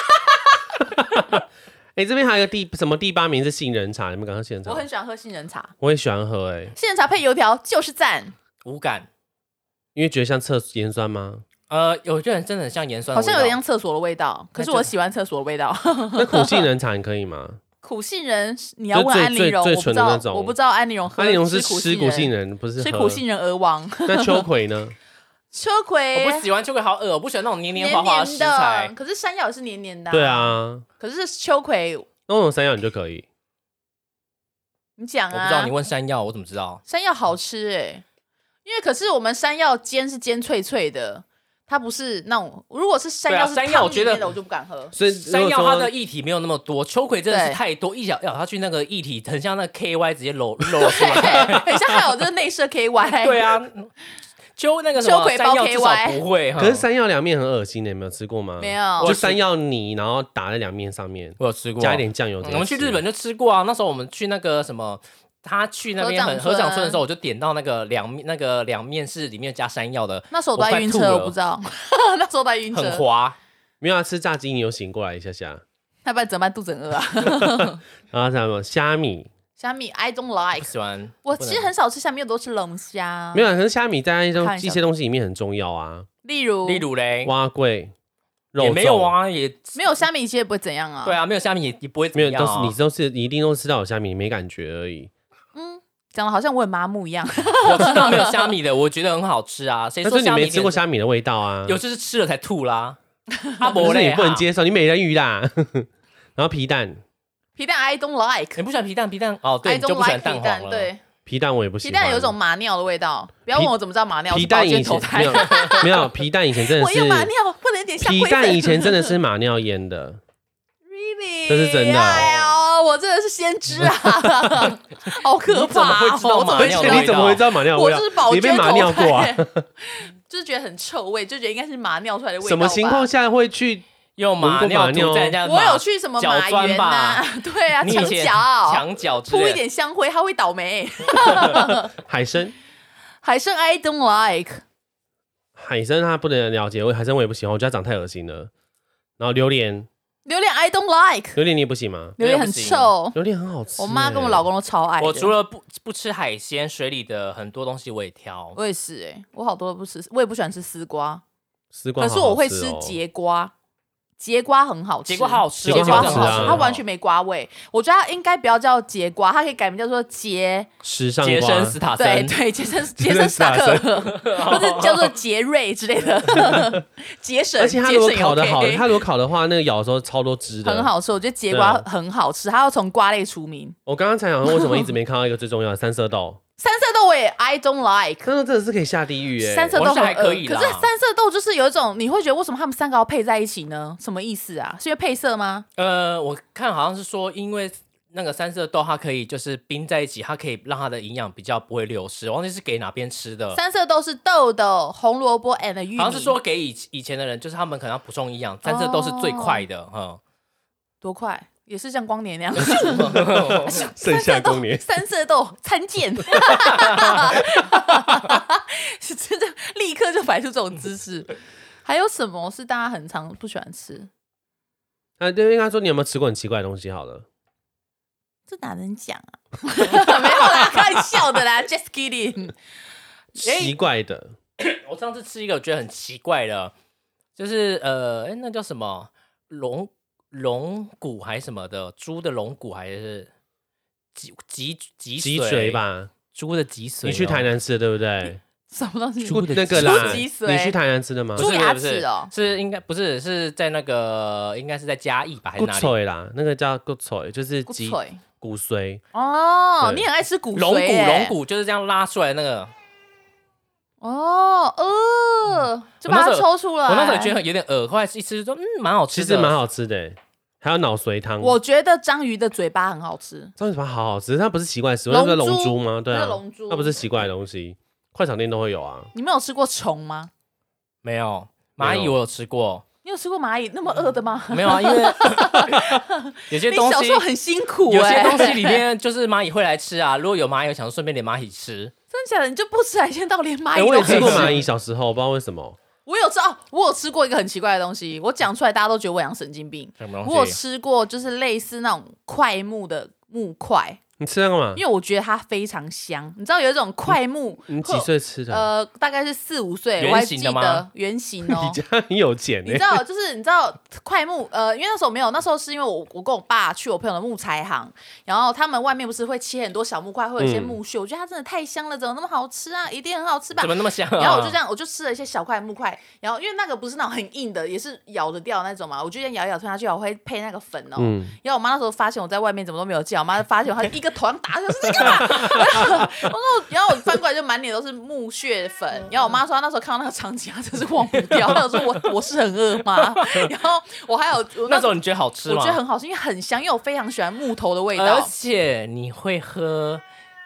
哎、欸，这边还有一个第什么第八名是杏仁茶，你们敢喝杏仁茶？ 我很喜欢喝杏仁茶， 我也喜欢喝哎、欸， 杏仁茶配油条就是赞， 无感， 因为觉得像厕所盐酸吗？ 呃，有些人真的很像盐酸， 好像有点像厕所的味道，可是我喜欢厕所的味道。 那苦杏仁茶你可以吗？ 苦杏仁，你要问安陵容，我不知道，我不知道安陵容喝。 安陵容是吃苦杏仁，不是吃苦杏仁而亡。 那秋葵呢？ 秋葵我不喜欢秋葵，好恶，我不喜欢那种黏黏滑滑的食材。 可是山药也是黏黏的、啊。 对啊。 可是秋葵， 那种山药你就可以。 你讲啊。 我不知道，你问山药，我怎么知道？ 山药好吃哎、欸，因为可是我们山药煎是煎脆脆的。它不是那种，如果是山药是山药，我觉得我就不敢喝。 所以山药它的液体没有那么多，秋葵真的是太多，一咬咬下去那个液体很像那个 K Y 直接漏漏出来， 很像还有就是内射 K Y。 对啊，秋那个什么秋葵包 K Y 不会。 可是山药凉面很恶心的，有没有吃过吗？ 没有， 就山药泥，然后打在凉面上面。 我有吃过， 加一点酱油。 我们去日本就吃过啊，那时候我们去那个什么。他去那边很合掌村的时候，我就点到那个凉面，那个凉面是里面加山药的。 那时候我在晕车，我不知道。那时候在晕车， 很滑。 没有啊，吃炸鸡你有醒过来一下下。 那不然怎么办？肚子很饿啊。 然后什么虾米？ 虾米 I don't like。 喜欢。 我其实很少吃虾米，我都吃龙虾。 没有，可是虾米在一些东西里面很重要啊。 例如， 例如嘞， 蛙桂。 也没有啊，也没有虾米，其实也不会怎样啊。 对啊，没有虾米也也不会怎样、啊。 没有，都是你都是你一定都吃到有虾米，你没感觉而已。 嗯，讲的好像我很麻木一样。 我吃到没有虾米的，我觉得很好吃啊。谁说虾米？你没吃过虾米的味道啊？ 有就是吃了才吐啦。 阿伯嘞，你不能接受，你美人鱼啦。然后皮蛋， 皮蛋 I don't like。 你不喜欢皮蛋？皮蛋哦，对，你就不喜欢蛋黄了。 对， 皮蛋我也不喜欢。 皮蛋有一种马尿的味道，不要问我怎么知道马尿。 皮蛋以前没有，没有皮蛋以前真的是。 我有马尿，不能点像皮蛋以前真的是马尿腌的。 Really？ 这是真的。 哎呦，我真的是先知啊，好可怕！ 你怎么会知道马尿的味道？ 你怎么会知道马尿的味道？ 我是保你被马尿过啊？ 就是觉得很臭味，就觉得应该是马尿出来的味道。 什么情况下会去用马尿涂在人家的我有去什么马脚园呐？对啊，墙角墙角铺一点香灰，它会倒霉。 海参， 海参 I don't like。 海参它不能了解，我海参我也不喜欢，我觉得它长太恶心了。然后榴莲， 榴莲 I don't like。 榴莲你也不行吗？ 榴莲很臭， 榴莲很好吃、欸。 我妈跟我老公都超爱的。 我除了不不吃海鲜，水里的很多东西我也挑。 我也是哎、欸，我好多都不吃，我也不喜欢吃丝瓜。 丝瓜好好吃、哦， 可是我会吃节瓜。节瓜很好吃， 节瓜好好吃， 节瓜很好吃， 啊、 它完全没瓜味。我觉得它应该不要叫节瓜，它可以改名叫做节时尚瓜、 杰森斯塔森， 对对，杰森杰森斯塔克，或者叫做杰瑞之类的。节省， 而且它如果烤的好， OK、 它如果烤的话，那个咬的时候超多汁的， 很好吃。我觉得节瓜很好吃，它要从瓜类出名。 我刚刚才想说，为什么一直没看到一个最重要的三色豆？ 三色豆我也 I don't like， 三色豆真的是可以下地狱耶、欸。 三色豆还可以啦， 可是三色豆就是有一种，你会觉得为什么他们三个要配在一起呢？什么意思啊？是因为配色吗？ 呃，我看好像是说，因为那个三色豆它可以就是冰在一起，它可以让它的营养比较不会流失。我忘记是给哪边吃的。 三色豆是豆豆、红萝卜 and 玉米， 好像是说给以以前的人，就是他们可能要补充营养，三色豆是最快的。嗯、哦， 多快？也是像光年那样， 剩下光年三色豆参见，是真的立刻就摆出这种姿势。还有什么是大家很常不喜欢吃？ 啊，对，应该说你有没有吃过很奇怪的东西？好了， 这哪能讲啊？没有啦，开玩笑的啦 ，just kidding。 奇怪的， 我上次吃一个我觉得很奇怪的，就是呃，哎，那叫什么龙？龙骨还是什么的，猪的龙骨还是脊脊脊脊髓吧？ 猪的脊髓、哦。 你去台南吃的对不对？ 什么东西？ 猪的那个啦， 脊髓。 你去台南吃的吗？ 猪牙齿哦， 是应该不是是在那个应该是在嘉义吧？还是哪里？ 骨髓啦，那个叫骨髓，就是脊骨髓。 骨髓哦，你很爱吃骨髓、欸。 龙骨，龙骨就是这样拉出来的那个。 哦，呃，就把它抽出来。 我那时候觉得有点恶，后来一吃就说嗯蛮好吃的， 其实蛮好吃的。还有脑髓汤， 我觉得章鱼的嘴巴很好吃。 章鱼嘴巴好好吃，它不是奇怪的食物，那是龙珠吗？对啊， 龙珠， 它不是奇怪的东西，快炒店都会有啊。 你们有吃过虫吗？ 没有，蚂蚁我有吃过。 你有吃过蚂蚁那么饿的吗？ 没有啊，因为有些东西你小时候很辛苦、 欸，有些东西里面就是蚂蚁会来吃啊。如果有蚂蚁，我想顺便连蚂蚁吃。 真的假的？你就不吃海鲜到连蚂蚁都可以吃？ 欸、我有吃过蚂蚁，小时候不知道为什么。 我有吃哦，我有吃过一个很奇怪的东西，我讲出来大家都觉得我养神经病。我有吃过就是类似那种块木的木块。 你吃那个吗？ 因为我觉得它非常香，你知道有一种块木， 你几岁吃的？ 呃，大概是四五岁，我还记得圆形哦。 你家很有钱、欸， 你知道，就是你知道块木，呃，因为那时候没有，那时候是因为我我跟我爸去我朋友的木材行，然后他们外面不是会切很多小木块，会有一些木屑，嗯、我觉得它真的太香了，怎么那么好吃啊？一定很好吃吧？ 怎么那么香、啊？ 然后我就这样，我就吃了一些小块木块，然后因为那个不是那种很硬的，也是咬得掉的那种嘛，我就这样咬一咬吞下去，我会配那个粉哦。嗯、然后我妈那时候发现我在外面怎么都没有叫，我妈发现我，她一个头打就是。干嘛？然后，然后我翻过来就满脸都是木屑粉。然后我妈说，她那时候看到那个场景，她真是忘不掉。她说我我是很饿吗？然后我还有那时候你觉得好吃吗？ 我觉得很好吃，因为很香，因为我非常喜欢木头的味道。 而且你会喝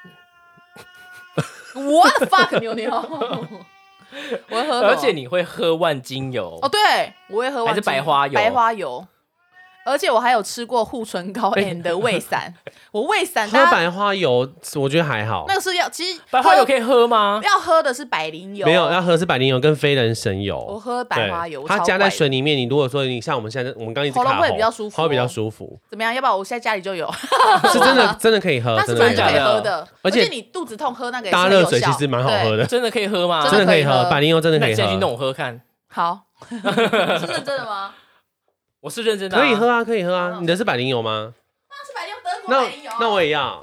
？What the fuck， 牛牛！我会喝， 而且你会喝万金油哦？对，我会喝万金油， 还是白花油？ 白花油。而且我还有吃过护唇膏 and 胃散，我胃散喝白花油，我觉得还好。 那个是要，其实白花油可以喝吗？ 要喝的是百灵油， 没有要喝的是百灵油跟非人参油。 我喝白花油， 它加在水里面。你如果说你像我们现在，我们刚一直卡喉， 喉咙会比较舒服， 会比较舒服。 怎么样？要不然我现在家里就有， 是真的真的可以喝， 它是真的可以喝的。 而且你肚子痛喝那个搭热水其实蛮好喝的， 真的可以喝吗？ 真的可以喝，百灵油真的可以喝。 那你现在去弄我喝看。 好，是认真的吗？ 我是认真的、 啊，可以喝啊，可以喝啊。你的是百灵油吗？ 那是百灵油，德国百灵油。 那我也要。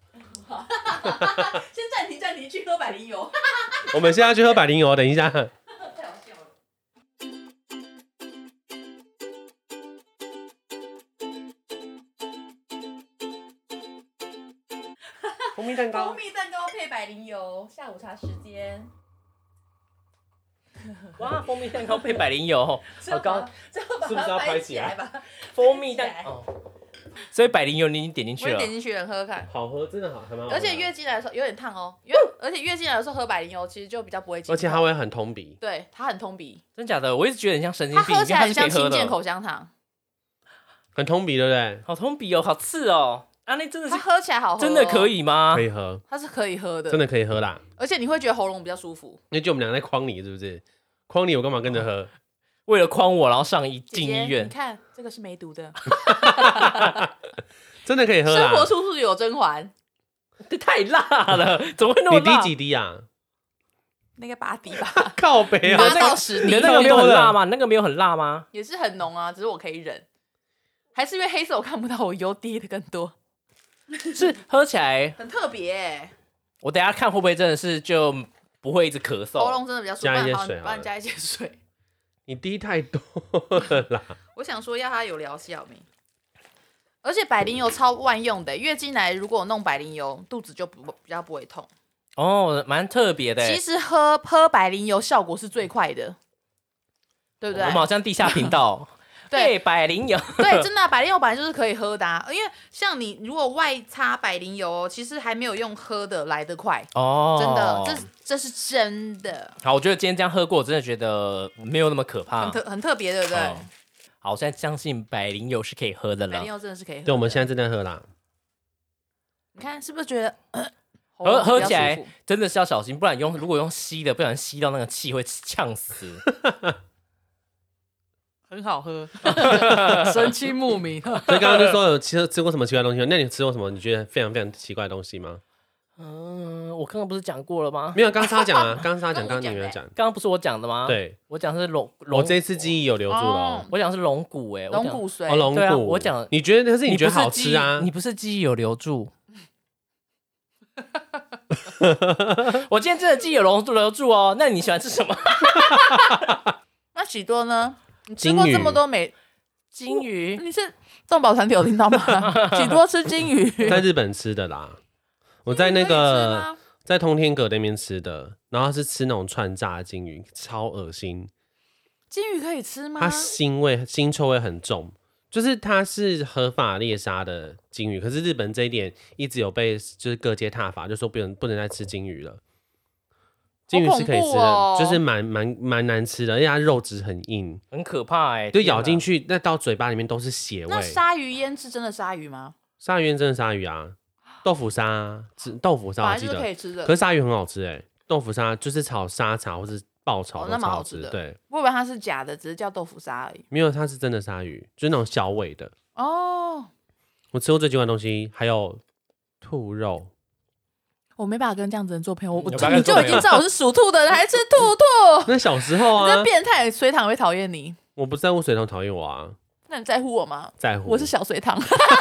先暂停，暂停，去喝百灵油。 我们现在去喝百灵油，等一下。太好笑了。 蜂蜜蛋糕， 蜂蜜蛋糕配百灵油，下午茶时间。 哇，蜂蜜蛋糕配百灵油，好高， 是不是要拍起来？ 蜂蜜蛋哦， 所以百灵油你已经点进去了， 我也点进去了喝喝看。 好喝，真的好，还蛮好喝的。 而且越进来的时候有点烫哦，因为而且越进来的时候喝百灵油其实就比较不会进。 而且它会很通鼻， 对，它很通鼻， 真假的？我一直觉得很像神经病， 它喝起来很因为它是可以喝的像清健口香糖， 很通鼻，对不对？ 好通鼻哦，好刺哦。啊，那真的是它喝起来好喝、哦， 真的可，以吗？ 可以喝， 它是可以喝的， 真的可以喝啦。 而且你会觉得喉咙比较舒服。 因为就我们俩在框里，是不是？框里我干嘛跟着喝？ 为了诓我，然后上医姐姐进医院你，看这个是没毒的， 真的可以喝啦。 生活处处有甄嬛， 这太辣了，怎么会那么你辣？ 滴几滴啊？ 那个八滴吧， 靠北啊！ 八到十滴你的，那个没有很辣吗？你那个没有很辣吗？ 也是很浓啊，只是我可以忍。还是因为黑色我看不到，我油滴的更多， 是喝起来， 很特别、欸。 我等一下看会不会真的是就不会一直咳嗽。 喉咙真的比较舒服， 加一些不然好水好了帮你加一些水。 你滴太多了啦。 我想说要它有疗效没？而且百灵油超万用的，月经来如果弄百灵油，肚子就不比较不会痛。 哦，蛮特别的。 其实喝喝百灵油效果是最快的，对不对？ 我们好像地下频道。 对， 百灵油。 对，真的、啊，百灵油本来就是可以喝的、啊，因为像你如果外擦百灵油，其实还没有用喝的来得快。 哦， 真的，这这是真的。 好，我觉得今天这样喝过，我真的觉得没有那么可怕， 很特很特别，对不对？ 哦好，我现在相信百灵油是可以喝的了百灵。油真的是可以喝的。 对，我们现在正在喝啦。 你看是不是觉得、呃、 喝喝起比较舒来服真的是要小心，不然用如果用吸的，不小心吸到那个气会呛死。 很好喝，神清目明。 所以刚刚就说有吃吃过什么奇怪的东西吗？那你吃过什么你觉得非常非常奇怪的东西吗？ 嗯，我刚刚不是讲过了吗？ 没有，刚刚是他讲啊，刚刚是他讲， 刚刚我讲的刚刚你没有讲。 刚刚不是我讲的吗？， 对， 我讲的是龙龙， 我这次记忆有留住了哦。 我讲的是龙骨哎，我讲龙骨髓， 哦，龙对啊骨， 我讲你觉得可是你觉得好不是记忆吃啊？ 你不是记忆有留住。我今天真的记忆有留住留住哦。那你喜欢吃什么？ 那许多呢？你吃过金鱼这么多美金鱼。 你是动保团体有听到吗？许多吃金鱼， 在日本吃的啦，我在那金鱼可以吃个吗在通天阁那边吃的，然后是吃那种串炸的金鱼，超恶心。 金鱼可以吃吗？ 它腥味、腥臭味很重，就是它是合法猎杀的金鱼，可是日本这一点一直有被就是各界挞伐，就说不能不能再吃金鱼了。金鱼是可以吃的， 哦就是蛮蛮蛮难吃的，而且它肉质很硬， 很可怕哎、欸， 就咬进去。 去，那到嘴巴里面都是血味。 那鲨鱼腌是真的鲨鱼吗？ 鲨鱼真的鲨鱼啊，豆腐鲨啊，吃豆腐鲨本来就是可我记得， 以吃的可。是鲨鱼很好吃哎、豆腐鲨就是炒沙茶或是爆炒哦那都超好吃。 蛮好吃的对， 我以为它是假的，只是叫豆腐鲨而已。 没有，它是真的鲨鱼，就是那种小尾的。 哦， 我吃过最奇怪的东西还有兔肉。 我没办法跟这样子的人做朋友，我我你有办法你就跟做朋友已经知道我是属兔的人，还吃兔兔， 那小时候你这啊， 变态，水塘也会讨厌你。 我不在乎水桶讨厌我啊， 那你在乎我吗？ 在乎。 我是小水塘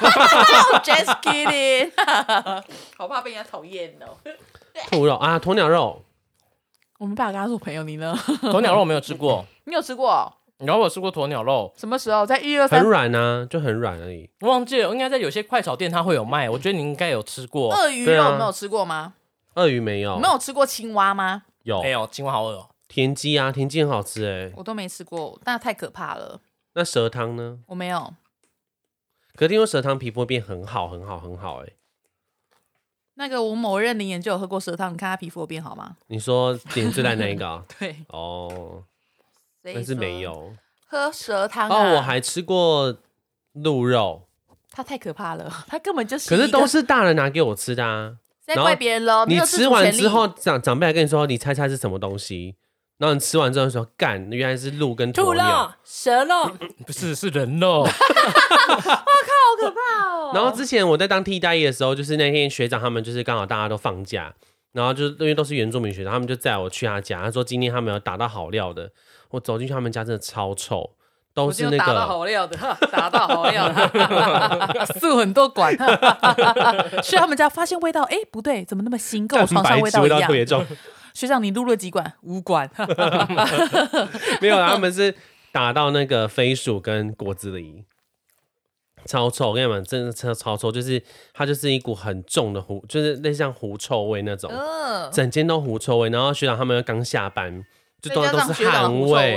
，just kidding，好怕被人家讨厌哦。 兔肉啊，鸵鸟肉， 我没办法跟他做朋友，你呢？ 鸵鸟肉我没有吃过， 你有吃过哦？ 然后我有吃过鸵鸟肉， 什么时候？在一二很三， 软啊，就很软而已。 我忘记了，应该在有些快炒店它会有卖，我觉得你应该有吃过。 鳄鱼对啊肉没有吃过吗？ 鳄鱼没有， 你没有吃过青蛙吗？ 有没有，青蛙好恶哦、 田鸡啊，田鸡很好吃哎。 我都没吃过，那太可怕了。 那蛇汤呢？ 我没有。 可是听说蛇汤皮肤会变很好，很好，很好哎。 那个我某任灵研就有喝过蛇汤，你看他皮肤有变好吗？ 你说点最烂那一个啊对， 哦， 所以但是没说有喝蛇汤啊。 哦。我还吃过鹿肉， 他太可怕了，他根本就是可是一个都是大人拿给我吃的啊。 在怪别人喽。没你有自吃完主权利之后，长长辈还跟你说，你猜猜是什么东西？然后你吃完之后说，干，原来是鹿跟兔鸵鸟。 肉、蛇肉，不是是人肉。 好可怕哦。 然后之前我在当替代役的时候，就是那天学长他们就是刚好大家都放假，然后就因为都是原住民学长，他们就载我去他家，他说今天他们有打到好料的，我走进去他们家真的超臭，都我就打到是那个好料的，打到好料的，素很多管。去他们家发现味道，哎，不对，怎么那么腥，跟我床上白痴味味道一样。 道特别重。 学长，你撸了几管？五管。 没有啦，他们是打到那个飞鼠跟果子狸，超臭！我跟你们真的超超臭，就是它就是一股很重的狐，就是类似像狐臭味那种， 嗯， 整间都狐臭味。然后学长他们又刚下班，就都都是再加上学长的汗狐臭味， 味，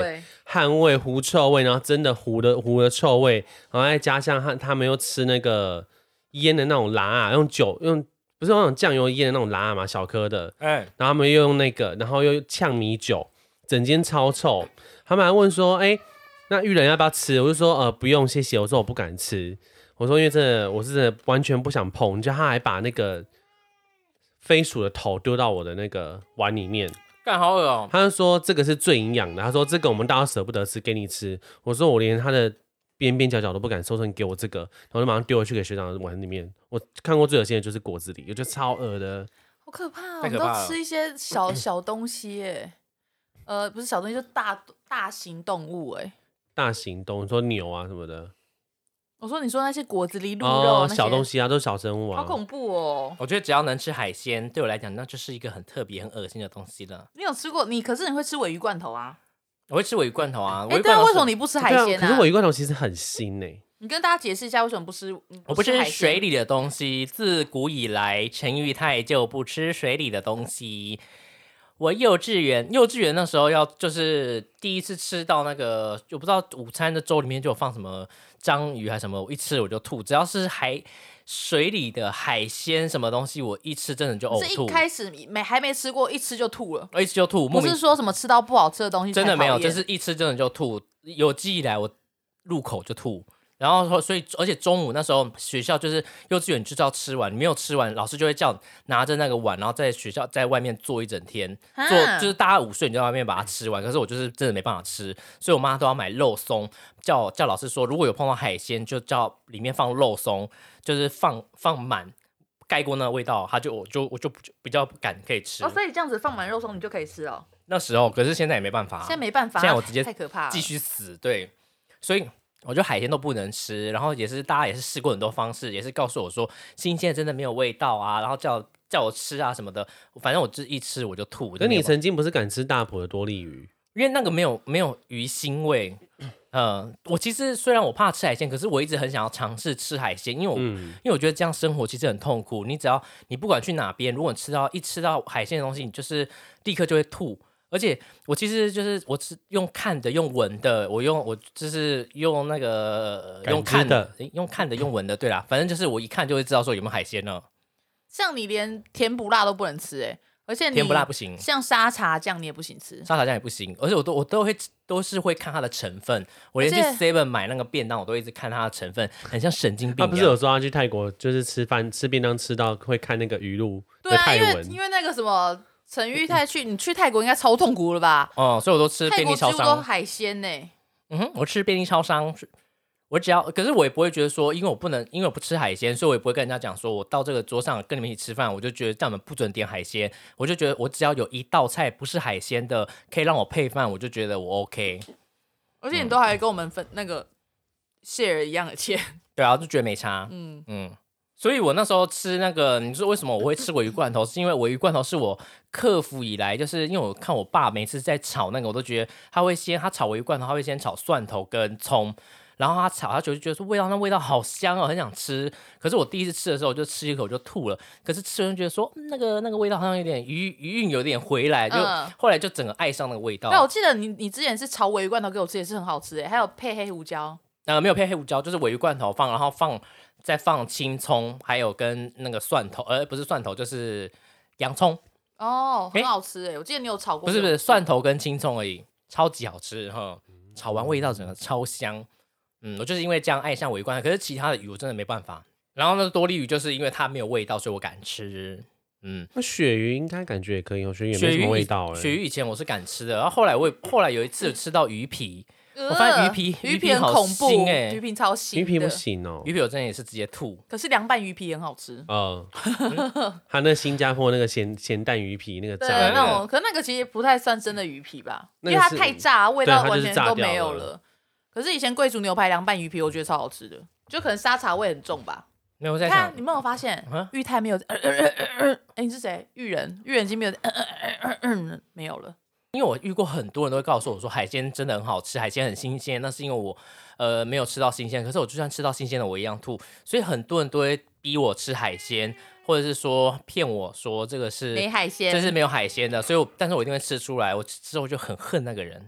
汗味、狐臭味，然后真的狐的狐的臭味，然后再加上他他们又吃那个腌的那种辣啊，用酒用不是那种酱油腌的那种辣嘛，小颗的，哎，然后他们又用那个，然后又呛米酒，整间超臭。他们还问说，哎、欸，那玉人要不要吃？我就说，呃，不用，谢谢。我说我不敢吃。我说因为真的，我是真的完全不想碰。就他还把那个飞鼠的头丢到我的那个碗里面。 干好恶哦！ 他就说这个是最营养的，他说这个我们大家舍不得吃，给你吃。我说我连它的边边角角都不敢收，说你给我这个，然后就马上丢回去给学长的碗里面。我看过最恶心的就是果子狸，我觉得超恶的， 好可怕哦！ 太可怕了， 我们都吃一些小小东西耶，呃，不是小东西，就大大型动物哎， 大型动物，说牛啊什么的。 我说你说那些果子狸、鹿肉、 哦、小东西啊，都是小生物啊， 好恐怖哦！ 我觉得只要能吃海鲜，对我来讲那就是一个很特别、很恶心的东西了。 你有吃过？你可是你会吃鲔鱼罐头啊？ 我会吃鲔鱼罐头啊。 哎、欸，对啊，为什么你不吃海鲜啊？可是鲔鱼罐头其实很腥哎、欸。 你跟大家解释一下为什么不吃？不吃我不吃水里的东西，自古以来陈玉泰就不吃水里的东西。我幼稚园幼稚园那时候要就是第一次吃到那个，我不知道午餐的粥里面就有放什么章鱼还是什么，我一吃我就吐。只要是海水里的海鲜什么东西，我一吃真的就呕吐。 是一开始没还没吃过，一吃就吐了， 一吃就吐。 不是说什么吃到不好吃的东西才真的没有，就是一吃真的就吐。有记忆以来我入口就吐。然后，所以而且中午那时候学校就是幼稚园就是要吃完，你没有吃完，老师就会叫拿着那个碗，然后在学校在外面坐一整天，坐就是大家午睡你就在外面把它吃完。可是我就是真的没办法吃，所以我妈都要买肉松，叫叫老师说如果有碰到海鲜就叫里面放肉松，就是放放满盖过那个味道，他就我就我就比较敢可以吃。 哦，所以这样子放满肉松你就可以吃哦。 那时候，可是现在也没办法， 现在没办法， 现在我直接太可怕了， 继续死。对，所以。我觉得海鲜都不能吃，然后也是大家也是试过很多方式，也是告诉我说新鲜的真的没有味道啊，然后叫叫我吃啊什么的，反正我就一吃我就吐。 可你曾经不是敢吃大埔的多利鱼？ 因为那个没有没有鱼腥味。呃，我其实虽然我怕吃海鲜，可是我一直很想要尝试吃海鲜，因为我、嗯、因为我觉得这样生活其实很痛苦。你只要你不管去哪边，如果你吃到一吃到海鲜的东西，你就是立刻就会吐。而且我其实就是我是用看的，用闻的，我用我就是用那个用看的，用看的，用闻的，对啦，反正就是我一看就会知道说有没有海鲜了。 像你连甜不辣都不能吃哎、欸，而且你甜不辣不行， 像沙茶酱你也不行吃， 沙茶酱也不行，而且我都我都会都是会看它的成分，我连去 seven 买那个便当我都一直看它的成分，很像神经病一样。 他不是有说他去泰国就是吃饭吃便当吃到会看那个语录的泰文， 对啊，因为因为那个什么。陈玉泰去，你去泰国应该超痛苦了吧？ 哦，所以我都吃便利超商。泰国几乎都海鲜呢、欸。 嗯哼，我吃便利超商，我只要，可是我也不会觉得说，因为我不能，因为我不吃海鲜，所以我也不会跟人家讲说，我到这个桌上跟你们一起吃饭，我就觉得叫你们不准点海鲜。我就觉得我只要有一道菜不是海鲜的，可以让我配饭，我就觉得我 OK。 而且你都还跟我们分那个 share 一样的钱。 对啊，就觉得没差。嗯嗯。所以我那时候吃那个，你说为什么我会吃鲔鱼罐头？是因为鲔鱼罐头是我克服以来，就是因为我看我爸每次在炒那个，我都觉得他会先他炒鲔鱼罐头，他会先炒蒜头跟葱，然后他炒，他就觉得说味道那味道好香哦，很想吃。可是我第一次吃的时候，我就吃一口就吐了。可是吃完觉得说那个那个味道好像有点余余韵有点回来，就、嗯、后来就整个爱上那个味道。 对，我记得你你之前是炒鲔鱼罐头给我吃，也是很好吃哎，还有配黑胡椒。 呃，没有配黑胡椒，就是鲔鱼罐头放，然后放。再放青葱，还有跟那个蒜头，呃，不是蒜头，就是洋葱。 哦，很好吃哎！我记得你有炒过。 不是不是，蒜头跟青葱而已，超级好吃哈！炒完味道整个超香。嗯，我就是因为这样爱上鲔鱼罐头，可是其他的鱼我真的没办法。然后呢，多利鱼就是因为它没有味道，所以我敢吃。嗯， 那鳕鱼应该感觉也可以，鳕鱼也没什么味道哎。 鳕鱼以前我是敢吃的，然后后来我后来有一次吃到鱼皮。我发现鱼皮鱼皮很恐怖哎、欸， 鱼皮超腥， 鱼皮不行哦， 鱼皮我真的也是直接吐。 可是凉拌鱼皮很好吃， 嗯，他那新加坡那个咸咸蛋鱼皮那个炸的那种，可是那个其实不太算真的鱼皮吧，因为它太炸，味道完全都没有了。了可是以前贵族牛排凉拌鱼皮，我觉得超好吃的，就可能沙茶味很重吧。 没有在想， 看你们有发现玉泰没有？哎、呃呃呃欸，你是谁？玉人，玉人已经没有，呃呃呃呃、没有了。 因为我遇过很多人都会告诉我说海鲜真的很好吃，海鲜很新鲜，那是因为我呃没有吃到新鲜，可是我就算吃到新鲜的我一样吐，所以很多人都会逼我吃海鲜，或者是说骗我说这个是没海鲜， 这是没有海鲜的，所以我但是我一定会吃出来，我之后就很恨那个人。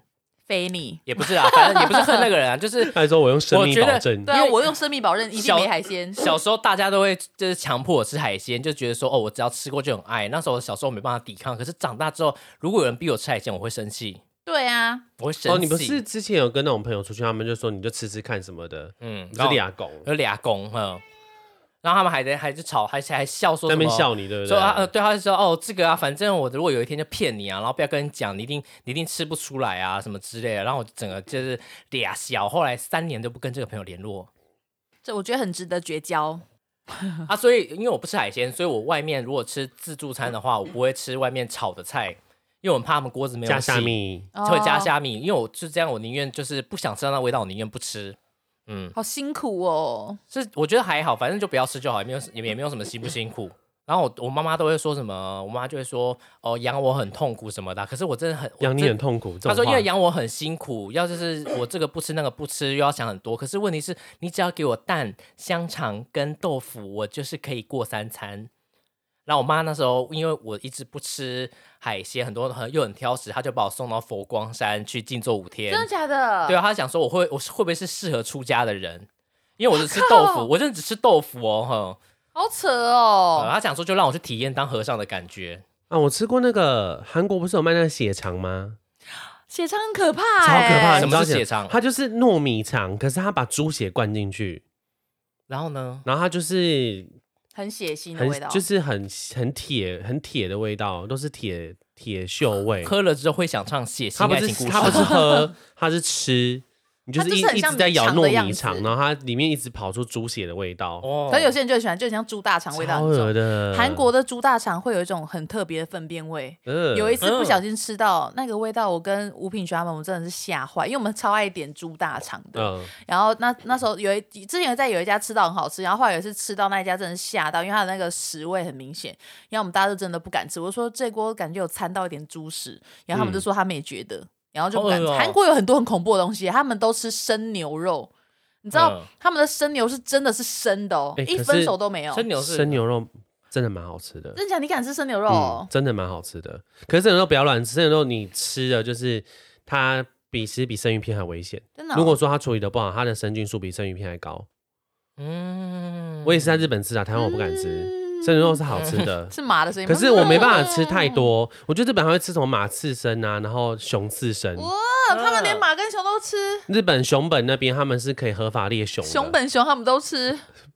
非你。 也不是啊，反正也不是恨那个人啊，就是他说我用生命保证， 对啊，我用生命保证一定没海鲜。 小时候大家都会就是强迫我吃海鲜，就觉得说哦，我只要吃过就很爱。那时候小时候没办法抵抗，可是长大之后，如果有人逼我吃海鲜，我会生气。 对啊， 我会生气。 哦，你不是之前有跟那种朋友出去，他们就说你就吃吃看什么的，嗯，你是俩公， 有俩公，嗯。然后他们还在还是吵，还还笑说什么？ 那边笑你，对不对？ 说啊，呃，对，他就说哦，这个啊，反正我如果有一天就骗你啊，然后不要跟你讲，你一定你一定吃不出来啊，什么之类的。然后我整个就是俩笑，后来三年都不跟这个朋友联络。 这我觉得很值得绝交啊。所以因为我不吃海鲜，所以我外面如果吃自助餐的话，我不会吃外面炒的菜，因为我怕他们锅子没有加虾米， 会加虾米。因为我就这样，我宁愿就是不想吃到那味道，我宁愿不吃。嗯， 好辛苦哦。 是，我觉得还好，反正就不要吃就好，也没有也也没有什么辛不辛苦。然后我我妈妈都会说什么，我妈就会说哦养我很痛苦什么的。可是我真的很养你很痛苦。 她说因为养我很辛苦，要就是我这个不吃那个不吃，又要想很多。可是问题是你只要给我蛋、香肠跟豆腐，我就是可以过三餐。然后我妈那时候因为我一直不吃海鲜，很多又很挑食，她就把我送到佛光山去静坐五天。 真的假的？ 对啊，她想说我会我会不会是适合出家的人？因为我只吃豆腐，我真的只吃豆腐哦， 好扯哦。 她想说就让我去体验当和尚的感觉啊！我吃过那个韩国不是有卖那个血肠吗？ 血肠很可怕， 超可怕！ 什么是血肠？ 它就是糯米肠，可是它把猪血灌进去， 然后呢？ 然后它就是很血腥的味道， 就是很很铁很铁的味道，都是铁铁锈味。 喝了之后会想唱血腥爱情故事。 它不是喝，它是吃。你就是一一直在咬糯米肠，然后它里面一直跑出猪血的味道。 哦，可是有些人就喜欢，就像猪大肠味道很重的。 韩国的猪大肠会有一种很特别的粪便味。呃、有一次不小心吃到、呃、那个味道，我跟吴品璇他们，我们真的是吓坏，因为我们超爱点猪大肠的。呃、然后那那时候有一之前在有一家吃到很好吃，然后后来有一次吃到那一家真的吓到，因为它的那个屎味很明显，然后我们大家都真的不敢吃。我说这锅感觉有掺到一点猪屎，然后他们就说他们也觉得。嗯，然后就不敢吃。韩、哦、国有很多很恐怖的东西，他们都吃生牛肉，你知道、嗯、他们的生牛是真的是生的哦，欸、一分熟都没有。 生牛是生牛肉真的蛮好吃的， 真假？你敢吃生牛肉、哦嗯？真的蛮好吃的。可是生牛肉不要乱吃，生牛肉你吃的就是它比其实比生鱼片还危险。 真的、哦？ 如果说它处理的不好，它的生菌数比生鱼片还高。嗯，我也是在日本吃啊，台湾我不敢吃。嗯生牛肉是好吃的， 是马的声音。 可是我没办法吃太多，我觉得日本还会吃什么马刺身啊，然后熊刺身。 哇，他们连马跟熊都吃。 日本熊本那边他们是可以合法猎熊的， 熊本熊他们都吃。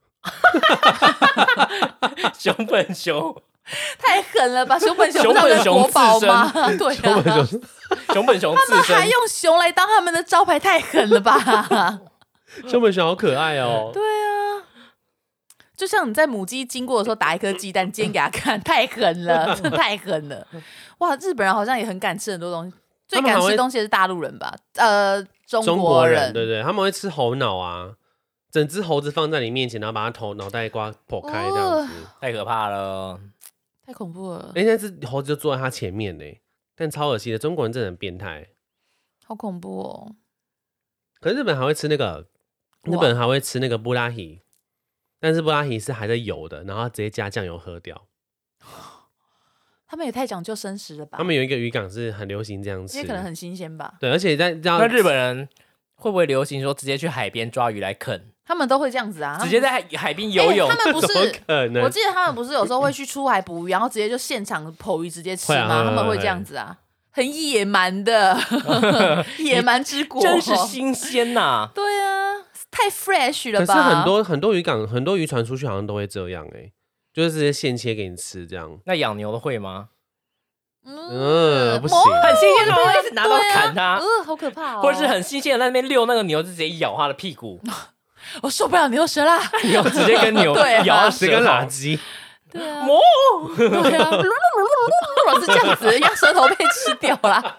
熊本熊太狠了吧！熊本熊不是国宝吗？对啊， 熊本熊刺身， 他们还用熊来当他们的招牌，太狠了吧！ 熊本熊好可爱哦。 对啊。就像你在母鸡经过的时候打一颗鸡蛋煎给他看，太狠了，真的太狠了！哇，日本人好像也很敢吃很多东西，最敢吃东西的是大陆人吧？呃，中国人， 中国人对对，他们会吃猴脑啊，整只猴子放在你面前，然后把它头脑袋瓜剖开这样子，哦、 太可怕了， 太恐怖了！ 哎、欸，那只猴子就坐在他前面呢，但超恶心的。中国人真的很变态， 好恐怖哦！ 可是日本还会吃那个，日本还会吃那个布拉提。但是布拉提是还在油的，然后直接加酱油喝掉。 他们也太讲究生食了吧？ 他们有一个渔港是很流行这样吃， 因为可能很新鲜吧。 对，而且在那日本人会不会流行说直接去海边抓鱼来啃？ 他们都会这样子啊， 直接在 海, 海边游泳、 欸。他们不是？ 可能我记得他们不是有时候会去出海捕鱼，然后直接就现场剖鱼直接吃吗？啊、他们会这样子啊，很野蛮的野蛮之国， 真是新鲜呐、啊！ 对啊。太 fresh 了吧？ 可是很多很多渔港、很多渔船出去好像都会这样哎、欸，就是直接现切给你吃这样。 那养牛的会吗？ 嗯，不行， 很新鲜的话一直拿刀砍它， 呃，好可怕哦。 或者是很新鲜的在那边遛那个牛，就直接咬它的屁股。 我受不了牛舌啦！ 牛直接跟牛咬它舌头， 跟垃圾。 对啊， 哞， 对啊，是这样子，让舌头被吃掉啦。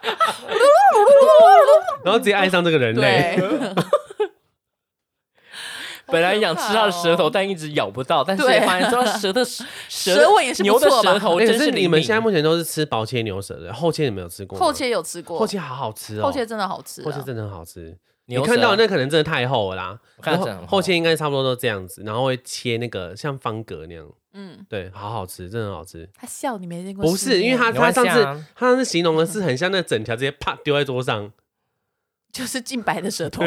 然后直接爱上这个人类。 本来想吃它的舌头，但一直咬不到，但是也发现说舌头舌舌吻也是不错吧？ 牛的舌头真是灵敏。 你们现在目前都是吃薄切牛舌的，后切你们有吃过吗？ 后切有吃过， 后切好好吃哦， 后切真的好吃、啊， 后切真的很好吃。你看到那可能真的太厚了啦， 看后, 后切应该差不多都这样子，然后会切那个像方格那样，嗯，对，好好吃，真的很好吃。 他笑你没见过？ 不是，因为他他上次他上次形容的是很像那整条直接啪丢在桌上。 就是净白的舌头。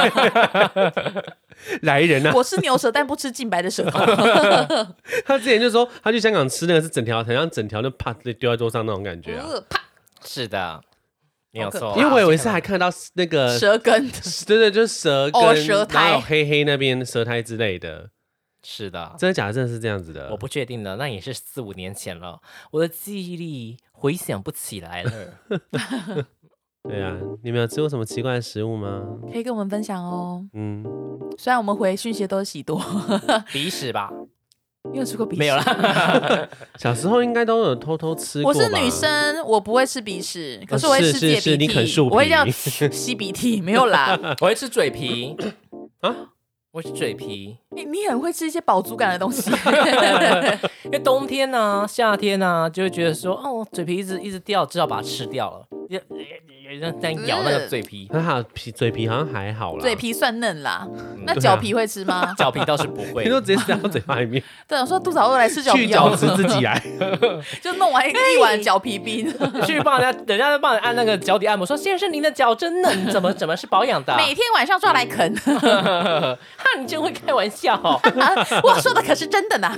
来人啊！ 我是牛舌，但不吃净白的舌头。 他之前就说他去香港吃那个是整条，好像整条就啪丢在桌上那种感觉啊。 呃啪， 是的，没有错。 因为我以为是还看到那个舌根， 对对，就是舌根、 哦舌苔然后有黑黑那边舌苔之类的。 是的， 真的假的？真的是这样子的？ 我不确定的，那也是四五年前了，我的记忆力回想不起来了。 对啊，你们有吃过什么奇怪的食物吗？ 可以跟我们分享哦。 嗯， 虽然我们回讯息都是喜多， 鼻屎吧？ 你有吃过鼻屎？ 没有啦。 小时候应该都有偷偷吃过吧。 我是女生，我不会吃鼻屎，可是我会是吃借是是鼻涕， 你啃树皮我会这样吸鼻涕，没有啦。 我会吃嘴皮啊， 我会吃嘴皮， 你你很会吃一些饱足感的东西。 因为冬天呢、夏天呢、就会觉得说，哦，嘴皮一直一直掉，只好把它吃掉了。在咬那个嘴皮， 那还有皮嘴皮好像还好啦， 嘴皮算嫩啦，那对啊脚皮会吃吗？ 脚皮倒是不会你。都直接塞到嘴巴里面， 对，我说肚子好饿，来吃脚去皮哦角质自己来。 就弄完一碗脚皮冰。 去帮人家，人家在帮你按那个脚底按摩，说先生您的脚真嫩，怎么怎么是保养的啊、 每天晚上就要来啃。 哈，你真会开玩笑、哦。 我说的可是真的呢。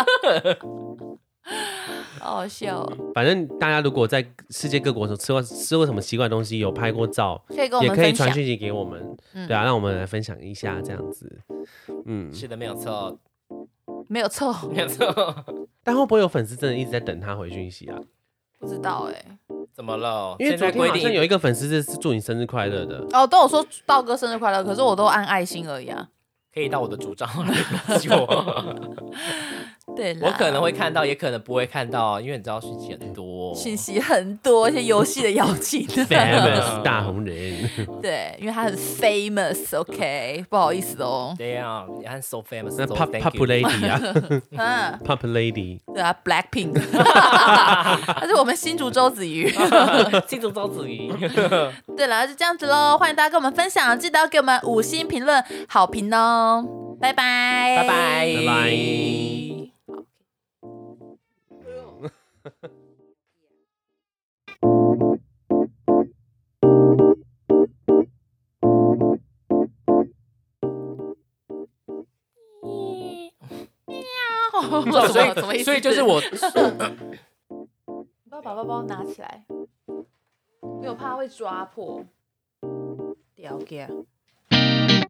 好好笑哦， 反正大家如果在世界各国吃过吃过什么奇怪的东西，有拍过照， 可以跟我也们分享。 可以传讯息给我们， 嗯对啊，让我们来分享一下这样子。嗯， 是的，没有错， 没有错， 没有错。 但会不会有粉丝真的一直在等他回讯息啊？ 不知道哎、 怎么了？ 因为昨现在规定天好像有一个粉丝是是祝你生日快乐的， 哦，都有说道哥生日快乐，可是我都按爱心而已啊。 可以到我的主账号来联系我。 对啦， 我可能会看到，也可能不会看到，因为你知道讯息很多。 信息很多，而且游戏的邀请。 famous 大红人。 对，因为他很 famous，OK，、不好意思哦。 对啊，你看 so famous， 那 so pop thank pop you lady 啊嗯， ，pop lady， 对啊，Blackpink，他是我们新竹周子瑜。 新竹周子瑜。 对了，就这样子喽，欢迎大家跟我们分享，记得要给我们五星评论好评哦，拜拜， 拜拜， 拜拜。 所以什么意思？ 所以就是我， 不要把包包拿起来，因为我怕会抓破。了解。